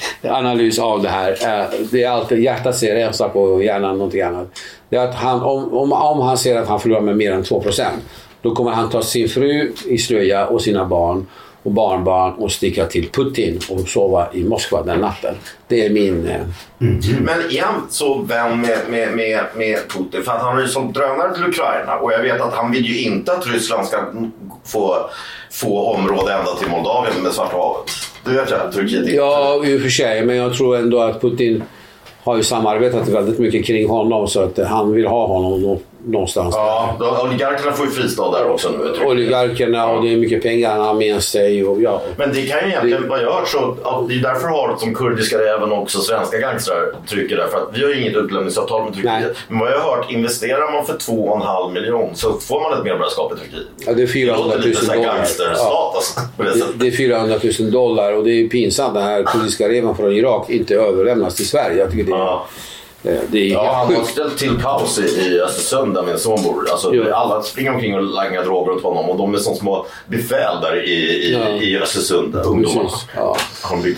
analys av det här, det är alltid hjärtat ser resa på hjärnan någonting annat. Det är att han, om, om, om han ser att han förlorar med mer än två procent, då kommer han ta sin fru i slöja och sina barn och barnbarn och sticka till Putin och sova i Moskva den natten. Det är min... Eh... Mm. Men är han så vän med, med, med, med Putin? För att han har ju sålt drönare till Ukraina och jag vet att han vill ju inte att Ryssland ska få, få område ända till Moldavien med Svarta havet. Du vet jag, Turkiet inte. Ja, i och för sig. Men jag tror ändå att Putin har ju samarbetat väldigt mycket kring honom så att han vill ha honom någonstans. Ja, då, oligarkerna får ju fristad där också nu. Oligarkerna och det är mycket pengar han har med sig. Och, ja. Men det kan ju egentligen det... vara gjort så det är därför har som kurdiska även också svenska gangstrar trycker där. För att vi har ju inget utlämningsavtal med Turkiet. Nej. Men vad jag har hört, investerar man för två och en halv miljon så får man ett medborgarskap i Turkiet. Ja, det är fyrahundratusen dollar. Ja. Alltså, det, det är fyrahundratusen dollar och det är pinsamt den här kurdiska reven från Irak inte överlämnas till Sverige. Jag tycker det är... Ja. Det är ja, han har ställt till kaos i, i Östersund där min son bor. Alltså, ja. Alla springer omkring och langar droger åt honom och de är som små befäl där i, i, ja. i Östersund. Ungdomar ja. har byggt upp.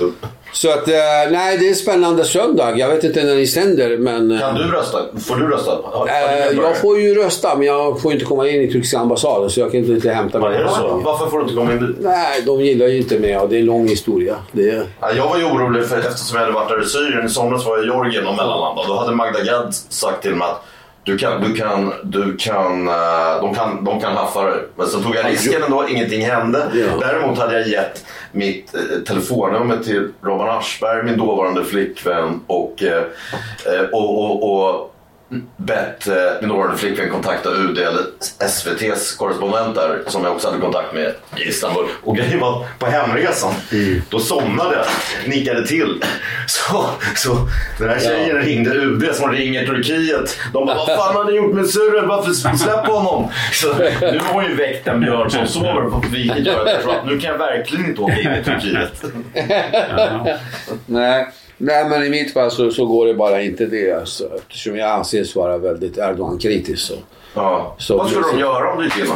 Så att, eh, nej, det är spännande söndag. Jag vet inte när ni sänder, men... Kan du rösta? Får du rösta? Har, eh, jag får ju rösta, men jag får inte komma in i turkiska ambassaden, så jag kan inte, inte hämta mig. Är det så? Varför får du inte komma in dit? Nej, de gillar ju inte mig, och det är en lång historia. Det är... ja, jag var ju orolig, för eftersom jag hade varit där i Syrien. I somras var jag i Georgien och mellanlandade. Då hade Magda Gad sagt till mig att Du kan, du kan, du kan, de kan, de kan haffa det. Men så tog jag risken ändå, ingenting hände. Ja. Däremot hade jag gett mitt eh, telefonnummer till Robban Aschberg, min dåvarande flickvän, och, eh, och, och, och bett eh, min dåvarande flickvän kontakta U D eller S V T:s korrespondent där, som jag också hade kontakt med i Istanbul. Och grejen var, på hemresan, mm. då somnade jag, nickade till. Så, så den här tjejen ja. ringde U D som ringer Turkiet. De bara, vad fan har ni gjort med Syrien? Varför släpp honom? Så, nu har hon ju väckt en björn som sover på vilket gör det. För att nu kan jag verkligen inte åka in i Turkiet. Ja. Nej. Nej, men i mitt fall så, så går det bara inte det, alltså, eftersom jag anses vara väldigt Erdogan-kritisk. Så, ja. så, vad skulle de göra om du gick in?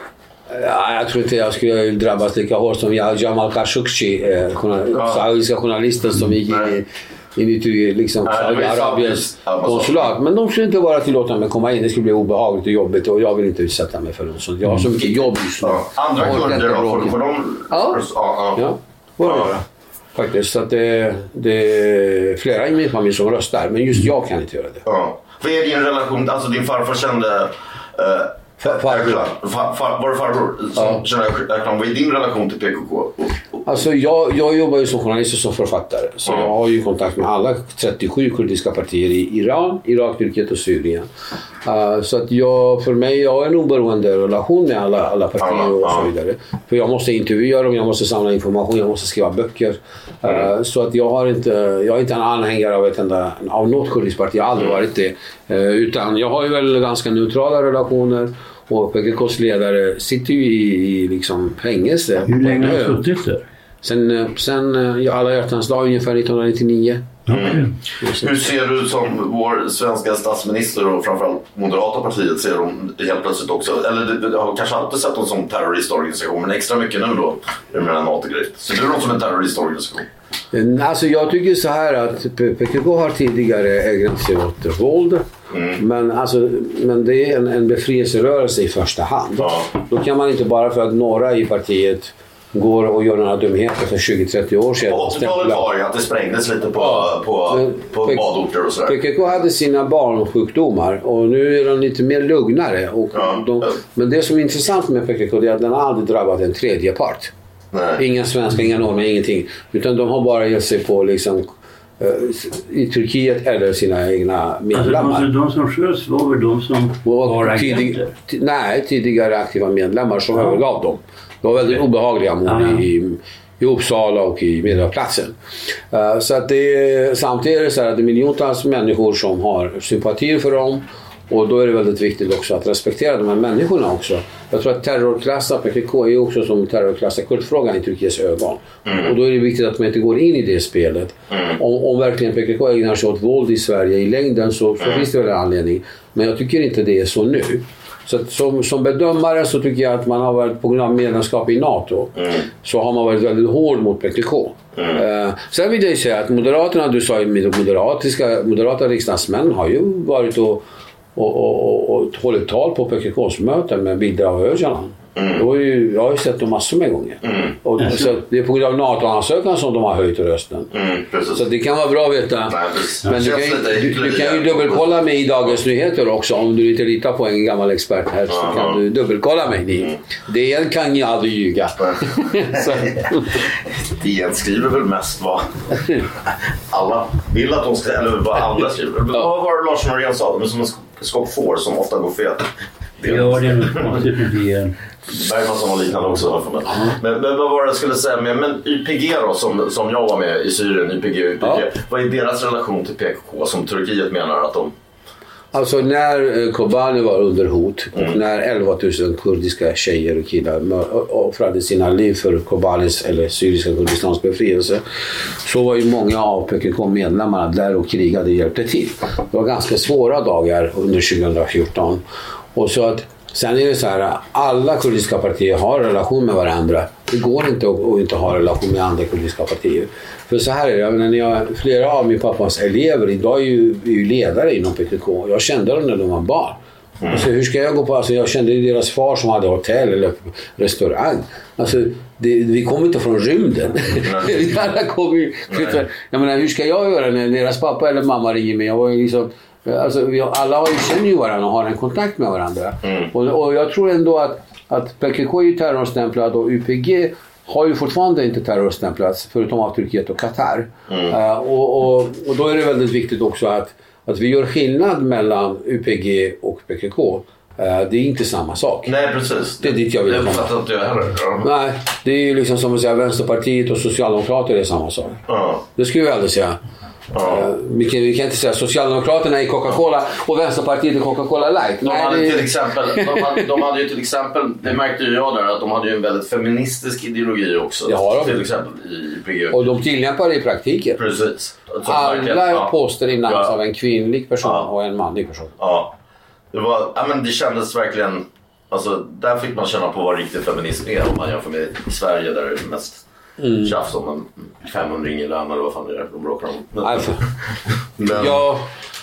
Ja, jag tror inte jag skulle drabbas lika hårt som jag, Jamal Khashoggi, eh, journal- ja. saudiska journalisten som gick in i, in i liksom, Saudiarabiens konsulat. Men de skulle inte vara tillåtna mig komma in. Det skulle bli obehagligt och jobbigt, och jag vill inte utsätta mig för något sånt. Jag har så mycket jobb just nu. Ja. Andra kurder då? Får de... Ja, ja. ja. Får de göra. Faktiskt, så att det, det är flera i min familj som röstar, men just jag kan inte göra det. Ja. Vad är din relation, alltså din farfar kände eh, far, farbror. Far, far, var det farbror som ja. kände Erklan? Vad är din relation till P K K? Alltså jag, jag jobbar ju som journalist och som författare, så ja. jag har ju kontakt med alla trettiosju kurdiska partier i Iran, Irak, Turkiet och Syrien. Uh, så att jag, för mig, jag har en oberoende relation med alla, alla partier ja, och ja. så vidare. För jag måste intervjua dem, jag måste samla information, jag måste skriva böcker. Uh, mm. Så att jag har inte, jag är inte en anhängare av ett enda, av något kurdiskt parti, jag har aldrig varit det. Uh, utan jag har ju väl ganska neutrala relationer. Och P K K:s ledare sitter ju i, i liksom fängelse. Hur länge har du suttit där? Sen, sen alla hjärtans dag ungefär nittonhundranittionio. Mm. Hur ser du som vår svenska statsminister och framförallt Moderata partiet ser de helt plötsligt också, eller du har kanske alltid sett dem som terroristorganisation, men extra mycket nu då med den här NATO-grejen. Ser du dem som en terroristorganisation? Alltså jag tycker så här att P K K har tidigare ägnat sig åt våld. Mm. Men, alltså, men det är en, en befrielserörelse i första hand. Ja. Då kan man inte bara för att några i partiet går och gör några dumheter för tjugo till trettio år sedan. På åttiotalet var det att det sprängdes lite på, ja. på, på P- badorter och sådär. P K K hade sina barnsjukdomar och nu är de lite mer lugnare. Och ja. de, men det som är intressant med P K K är att den har aldrig drabbat en tredje part. Nej. Inga svenskar, inga normer, ingenting. Utan de har bara gett sig på liksom, i Turkiet eller sina egna medlemmar. Alltså, de som sköts var väl de som var agenter? Tid, nej, tidigare aktiva medlemmar som ja. övergav dem. Det var väldigt obehagliga mord ja. i, i Uppsala och i Medborgarplatsen. Uh, så att det, samtidigt är det så här att det är miljontals människor som har sympatier för dem. Och då är det väldigt viktigt också att respektera de här människorna också. Jag tror att terrorklassa P K K är också som terrorklassa kurdfrågan i Turkiets ögon. Mm. Och då är det viktigt att man inte går in i det spelet. Mm. Om, om verkligen P K K ägnar sig åt våld i Sverige i längden så, så mm. finns det väl en anledning. Men jag tycker inte det är så nu. Så att som, som bedömare så tycker jag att man har varit på grund av medlemskap i NATO mm. så har man varit väldigt hård mot P K K. Mm. Uh, sen vill jag säga att Moderaterna, du sa ju moderatiska, moderata riksdagsmän har ju varit och Och, och, och, och hållit tal på P K K:s möten med bilder av Öcalan. Mm. Ju, jag har ju sett dem massor med gånger. Mm. Och, mm. så det är på grund av NATO-ansökan som de har höjt rösten. Mm, så det kan vara bra att veta. Nej, men du kan, ju, du, du kan ju dubbelkolla mig i Dagens Nyheter också. Om du inte litar på en gammal expert här så uh-huh. kan du dubbelkolla mig. Mm. D N kan ju aldrig ljuga. D N skriver väl mest vad alla vill att de ska, eller vad andra skriver. Ja. Vad var det Lars Norén sa? Men som en skockfår som ofta går fel. Det ja, det är nog konstigt med D N. Bergman som var liknande också. Mm. Men, men vad var det jag skulle säga med, men Y P G då, som, som jag var med i Syrien, Y P G, Y P G. Ja. Vad är deras relation till P K K som Turkiet menar att de... Alltså när Kobani var under hot och mm. när elva tusen kurdiska tjejer och killar offrade sina liv för Kobanis eller syriska Kurdistans befrielse, så var ju många av P K K-medlemmarna där och krigade och hjälpte till. Det var ganska svåra dagar under tjugo fjorton. Och så att Sen är det så här, alla kurdiska partier har relation med varandra. Det går inte att, att inte ha relation med andra kurdiska partier. För så här är det, när jag, flera av min pappas elever idag är ju, är ju ledare inom P K K. Jag kände dem när de var barn. Mm. Alltså, hur ska jag gå på? Alltså, jag kände deras far som hade hotell eller restaurang. Alltså, det, vi kommer inte från rymden. Vi alla kommer, jag menar, hur ska jag göra när deras pappa eller mamma ringer mig? Jag var liksom, alltså, vi, alla har ju, känner ju varandra och har en kontakt med varandra. Mm. Och, och jag tror ändå att, att P K K är ju terrorstämplad och U P G har ju fortfarande inte terrorstämplats förutom av Turkiet och Qatar. Mm. Uh, och, och, och då är det väldigt viktigt också att, att vi gör skillnad mellan U P G och P K K. Uh, det är inte samma sak. Nej, precis. Det är dit jag vill komma. Det fattar inte jag heller. Ja. Nej, det är ju liksom som att säga Vänsterpartiet och Socialdemokrater är samma sak. Ja. Det skulle jag aldrig säga. Ja. Uh, vi, kan, vi kan inte säga Socialdemokraterna är Coca-Cola och Vänsterpartiet är Coca-Cola Light. De, Nej, hade det... till exempel, de, hade, de hade ju till exempel, det märkte ju jag där, att de hade ju en väldigt feministisk ideologi också. Det har de. Till exempel i P G. Och de tillämpar det i praktiken. Precis. Så alla ja. poster innan ja. av en kvinnlig person ja. och en manlig person. Ja. Det var, ja men det kändes verkligen, alltså där fick man känna på vad riktig feminism är om man jämför med i Sverige där det är mest mm. tjafs om en femhundring i lön eller vad fan det är, de bråkar om. Nej, för... men, ja.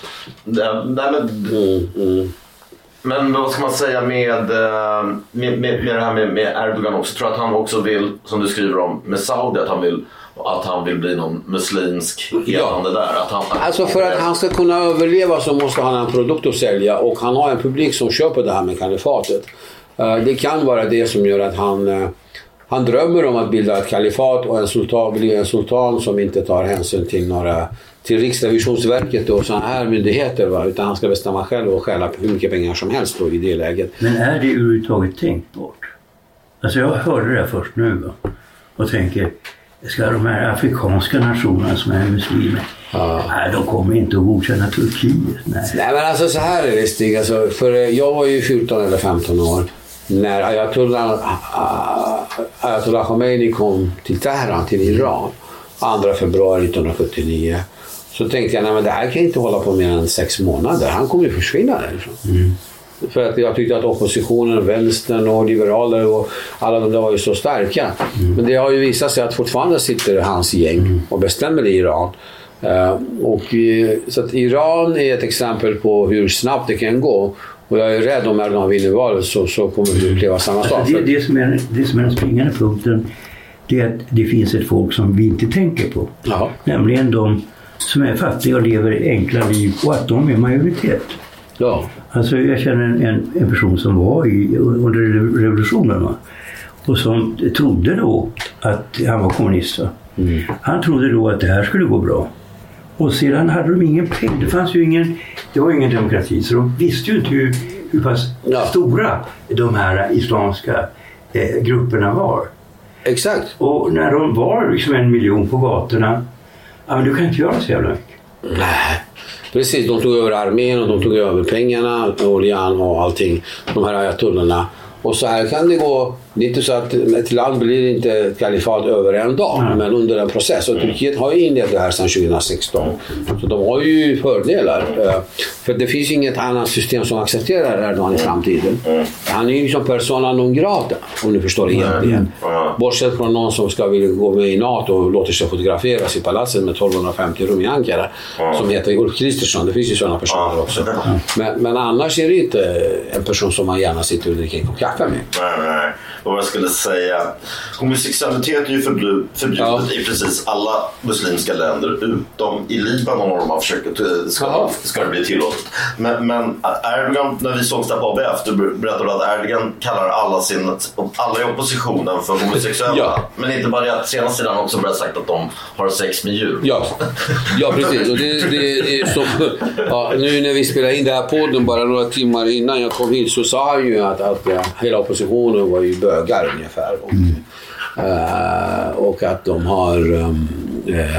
Det, nej, men, mm, mm. men vad ska man säga med, med, med, med det här med, med Erdogan också? Jag tror att han också vill, som du skriver om med Saudi, att han vill att han vill bli någon muslimsk hedande ja. där. Att han, alltså för att han ska kunna överleva så måste han ha en produkt att sälja och han har en publik som köper det här med kalifatet. Det kan vara det som gör att han, han drömmer om att bilda ett kalifat och en sultan, bli en sultan som inte tar hänsyn till några till Riksrevisionsverket och sådana här myndigheter, va? Utan han ska bestämma själv och stjäla hur mycket pengar som helst då, i det läget. Men är det överhuvudtaget tänkt bort? Alltså jag hörde det först nu va? Och tänker, ska de här afrikanska nationerna som är muslimer, ja. nej, de kommer inte att godkänna Turkiet. Nej, nej men alltså så här är det Stig, alltså, för jag var ju fjorton eller femton år när Ayatollah, Ayatollah Khomeini kom till Teheran, till Iran, andra februari nittonhundrasjuttionio. Så tänkte jag, nej men det här kan inte hålla på mer än sex månader, han kommer ju försvinna därifrån. Mm. För att jag tyckte att oppositionen, vänstern och liberaler och alla de där var ju så starka. Mm. Men det har ju visat sig att fortfarande sitter hans gäng mm. och bestämmer i Iran. Uh, och, så att Iran är ett exempel på hur snabbt det kan gå. Och jag är rädd om Erdogan vinner valet så, så kommer vi uppleva samma sak. Alltså det, det, som är, det som är den springande punkten, det är att det finns ett folk som vi inte tänker på. Jaha. Nämligen de som är fattiga och lever enkla liv och att de är majoritet. Ja. Alltså jag känner en, en, en person som var i, under revolutionen va? Och som trodde då att han var kommunist. Mm. Han trodde då att det här skulle gå bra. Och sedan hade de ingen pengar. Det fanns ju ingen, det var ingen demokrati så de visste ju inte hur, hur pass ja. stora de här islamska eh, grupperna var. Exakt. Och när de var liksom en miljon på gatorna, ja men du kan inte göra så jävla mycket. Nej. Precis, de tog över armén och de tog över pengarna, oljan och allting, de här ayatollerna. Och så här kan det gå, det är inte så att ett land blir inte ett kalifat över en dag, mm. men under en process. Och Turkiet har ju inlett det här sedan tjugohundrasexton. Så de har ju fördelar. För det finns inget annat system som accepterar Erdogan i framtiden. Han är ju som persona non grata, om du förstår egentligen. Bortsett från någon som ska vilja gå med i NATO och låter sig fotograferas i palatset med tolvhundrafemtio rum i Ankara, som heter Ulf Kristersson. Det finns ju sådana personer också. Men, men annars är det inte en person som man gärna sitter och dricker en kaffe med. Nej, nej. Och vad jag skulle säga, homosexualitet är ju förbjudet, förbjudet ja. i precis alla muslimska länder utom i Libanon har de har försökt ska, ska det bli tillåtet. Men, men Erdogan, när vi såg på A B F, du berättade att Erdogan kallar alla, sin, alla i oppositionen för homosexuella. Ja. Men inte bara det, att senast sidan också börjat sagt att de har sex med djur. Ja, ja precis. Och det, det, det är så, ja, nu när vi spelar in det här podden bara några timmar innan jag kom hit så sa han ju att, att ja, hela oppositionen var ju bögar ungefär. Och, mm. uh, och att de har um, uh,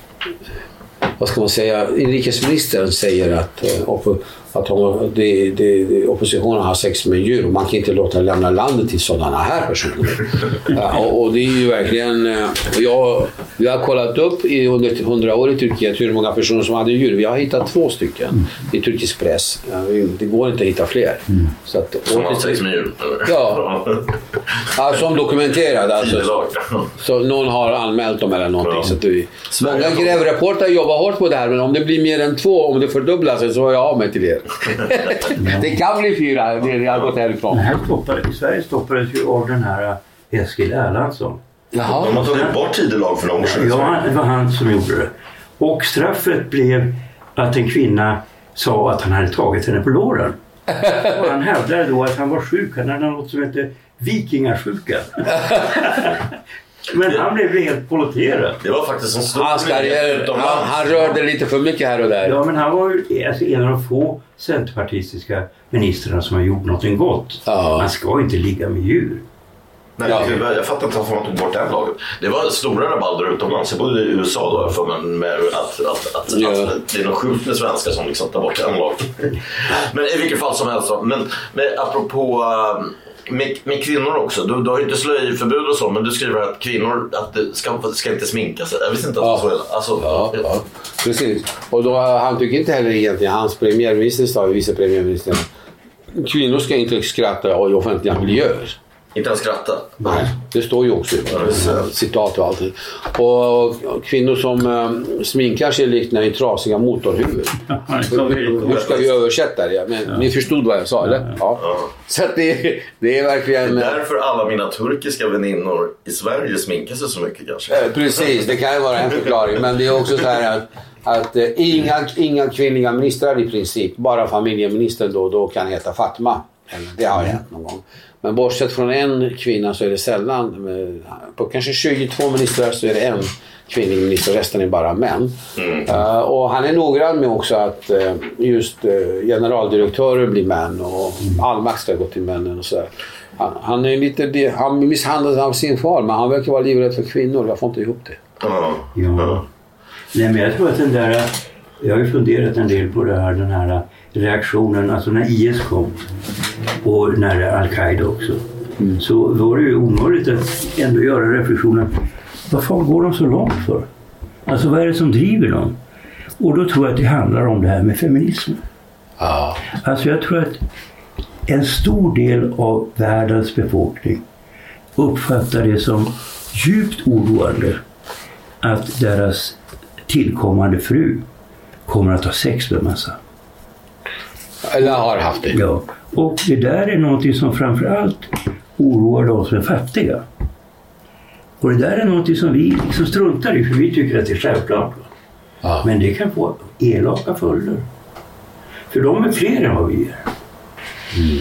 vad ska man säga, inrikesministern säger att, uh, att hon, det, det, oppositionen har sex med djur och man kan inte låta lämna landet till sådana här personer. uh, och, och det är ju verkligen uh, jag, Vi har kollat upp i under hundra år i Turkiet hur många personer som hade djur. Vi har hittat två stycken mm. i turkisk press. Det går inte att hitta fler. Mm. Så att, som har sex med djur? Ja. ja, som dokumenterade. Alltså. Så någon har anmält dem eller någonting. Ja. Så att vi, många grävreporter jobbar hårt på det här, men om det blir mer än två, om det fördubblas, så har jag av mig till er. Det kan bli fyra, det har gått härifrån. Här stoppade, i Sverige stoppades ju av den här Eskil Erlandsson. Jaha. De har tagit bort tidelag för någon sedan. Ja, det var han som gjorde det. Och straffet blev att en kvinna sa att han hade tagit henne på låren. Och han hävdade då att han var sjuk. Han hade något som hette vikingasjuka. Men han blev helt poloterad. Det var faktiskt en stor hans karriär, han, han rörde lite för mycket här och där. Ja, men han var ju alltså en av de få centerpartistiska ministrarna som har gjort något gott. Ja. Man ska inte ligga med djur. Nej, ja. jag, jag fattar inte varför man tog bort den lagen. Det var stora rabalder utomlands. Jag bodde i U S A då för man med att, att, att, ja. att det är något sjukt med svenskar som liksom tar bort den lagen. Men i vilket fall som helst. Men, men apropå med, med kvinnor också. Du, du har ju inte slöjförbud och så, men du skriver att kvinnor att det ska, ska inte sminka sig. Jag visste inte att ja. det var så. Alltså, ja, ja. Precis. Och då, han tycker inte heller egentligen, hans premiärminister sa, vicepremiärministern, kvinnor ska inte skratta i offentliga miljöer. Inte ens skratta. Nej, det står ju också citat och allt. Och, och kvinnor som äh, sminkar sig liknar i trasiga motorhuvud. Hur ska vi översätta det? Men, ja. Ni förstod vad jag sa, eller? Ja. Ja. Så att det, det är verkligen... Det är därför alla mina turkiska väninnor i Sverige sminkar sig så mycket kanske. Äh, precis, det kan ju vara en förklaring. Men det är också så här att, att äh, inga, inga kvinnliga ministrar i princip, bara familjeminister då, då kan heta Fatma. Det har hänt någon gång. Men bortsett från en kvinna så är det sällan, på kanske tjugotvå ministrar så är det en kvinnlig minister, resten är bara män. Mm. Uh, och han är noggrann med också att uh, just uh, generaldirektörer blir män och all makt ska gå till männen och så. Han, han är lite, han misshandlas av sin far, men han verkar vara livrädd för kvinnor. Jag får inte ihop det. Mm. Ja. Nej, men jag tror att den där, jag har ju funderat en del på det här, den här reaktionen, alltså när I S kom och när Al-Qaida också, mm. så var det ju omöjligt att ändå göra reflektionen, vad fan går de så långt för? Alltså vad är det som driver dem? Och då tror jag att det handlar om det här med feminism. Ah. Alltså jag tror att en stor del av världens befolkning uppfattar det som djupt oroande att deras tillkommande fru kommer att ha sex med massa. Eller har haft det. Ja, och det där är något som framförallt oroar de som är fattiga. Och det där är något som vi liksom struntar i, för vi tycker att det är självklart. Ja. Men det kan få elaka följder. För de är fler än vad vi är. Mm.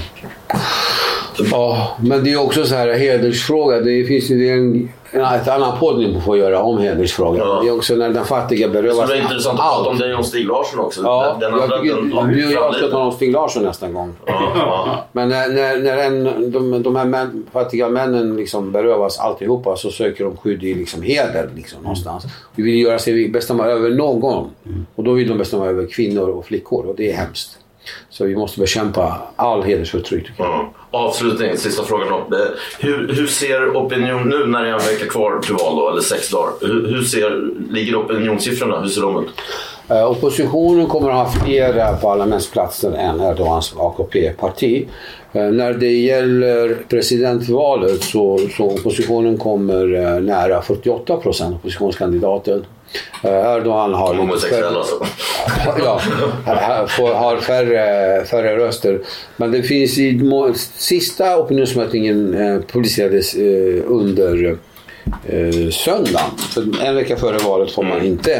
Ja, men det är också så här hedersfråga. Det finns ju en, ett annat podd ni får göra om hedersfrågan. Ja. Det är också när den fattiga berövas. Det är intressant att prata om det om Stig Larsson också. Ja, den, den jag tycker, den, den, du och jag ska ta om Stig Larsson nästa gång. Ja, ja. Men när, när, när en, de, de här män, fattiga männen liksom berövas alltihopa, så söker de skydd i liksom heder liksom, någonstans. Vi vill göra sig bestämma över någon. Och då vill de bestämma över kvinnor och flickor. Och det är hemskt. Så vi måste bekämpa all hedersförtryck. Ja. Avslutning, sista frågan då. Hur, hur ser opinion nu när det är en vecka kvar till val då, eller sex dagar? Hur, hur ser, ligger opinionssiffrorna? Hur ser de ut? Uh, oppositionen kommer att ha flera parlamentsplatser än Erdogans A K P-parti. Uh, när det gäller presidentvalet så, så oppositionen kommer uh, nära fyrtioåtta procent oppositionskandidaten. Uh, Erdogan har homosexuell alltså. Ja, har färre, färre röster. Men det finns i må, sista opinionsmätningen eh, publicerades eh, under eh, söndagen. För en vecka före valet får man inte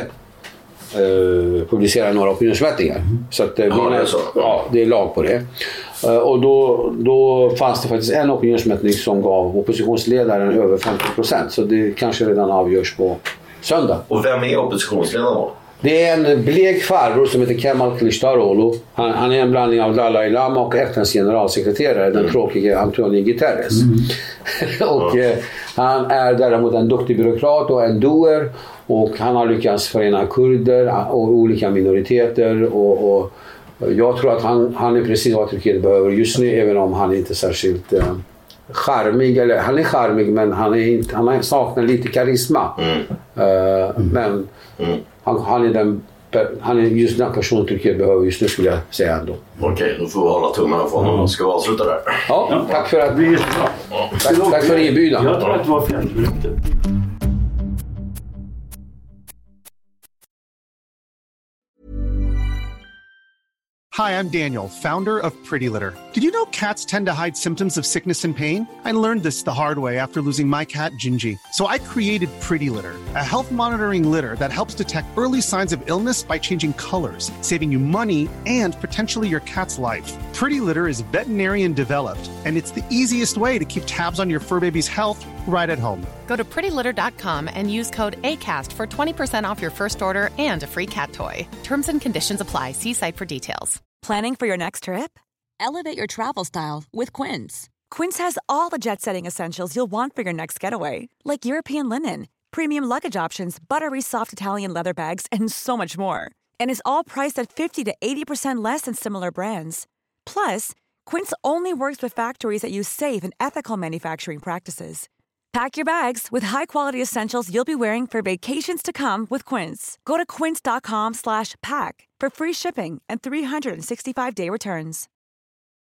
eh, publicera några opinionsmätningar. Så att, eh, ja, det är så. Ja, det är lag på det. Uh, och då, då fanns det faktiskt en opinionsmätning som gav oppositionsledaren över femtio procent. Så det kanske redan avgörs på söndag. Och vem är oppositionsledaren då? Det är en blek farbror som heter Kemal Kılıçdaroğlu. Han, han är en blandning av Dalai Lama och F N:s generalsekreterare, den mm. tråkiga Antonio Guterres. Mm. och eh, han är däremot en duktig byråkrat och en doer. Och han har lyckats förena kurder och olika minoriteter. Och, och jag tror att han, han är precis vad Turkiet behöver just nu, även om han inte är särskilt eh, charmig, eller han är charmig men han, är inte, han saknar lite karisma. Mm. Uh, mm. Men mm. Han, han är den han är just den person tycker jag behöver just nu, skulle jag säga ändå. Okej, då får vi hålla tummarna för honom. Ska vi avsluta där? Ja, ja, tack för att vi ja. tack, tack för inbjudan. Jag tror att det var femtio minuter. Hi, I'm Daniel, founder of Pretty Litter. Did you know cats tend to hide symptoms of sickness and pain? I learned this the hard way after losing my cat, Gingy. So I created Pretty Litter, a health monitoring litter that helps detect early signs of illness by changing colors, saving you money and potentially your cat's life. Pretty Litter is veterinarian developed, and it's the easiest way to keep tabs on your fur baby's health right at home. Go to pretty litter dot com and use code ACAST for twenty percent off your first order and a free cat toy. Terms and conditions apply. See site for details. Planning for your next trip? Elevate your travel style with Quince. Quince has all the jet-setting essentials you'll want for your next getaway, like European linen, premium luggage options, buttery soft Italian leather bags, and so much more. And is all priced at fifty to eighty percent less than similar brands. Plus, Quince only works with factories that use safe and ethical manufacturing practices. Pack your bags with high-quality essentials you'll be wearing for vacations to come with Quince. Go to quince dot com slash pack for free shipping and three hundred sixty-five day returns.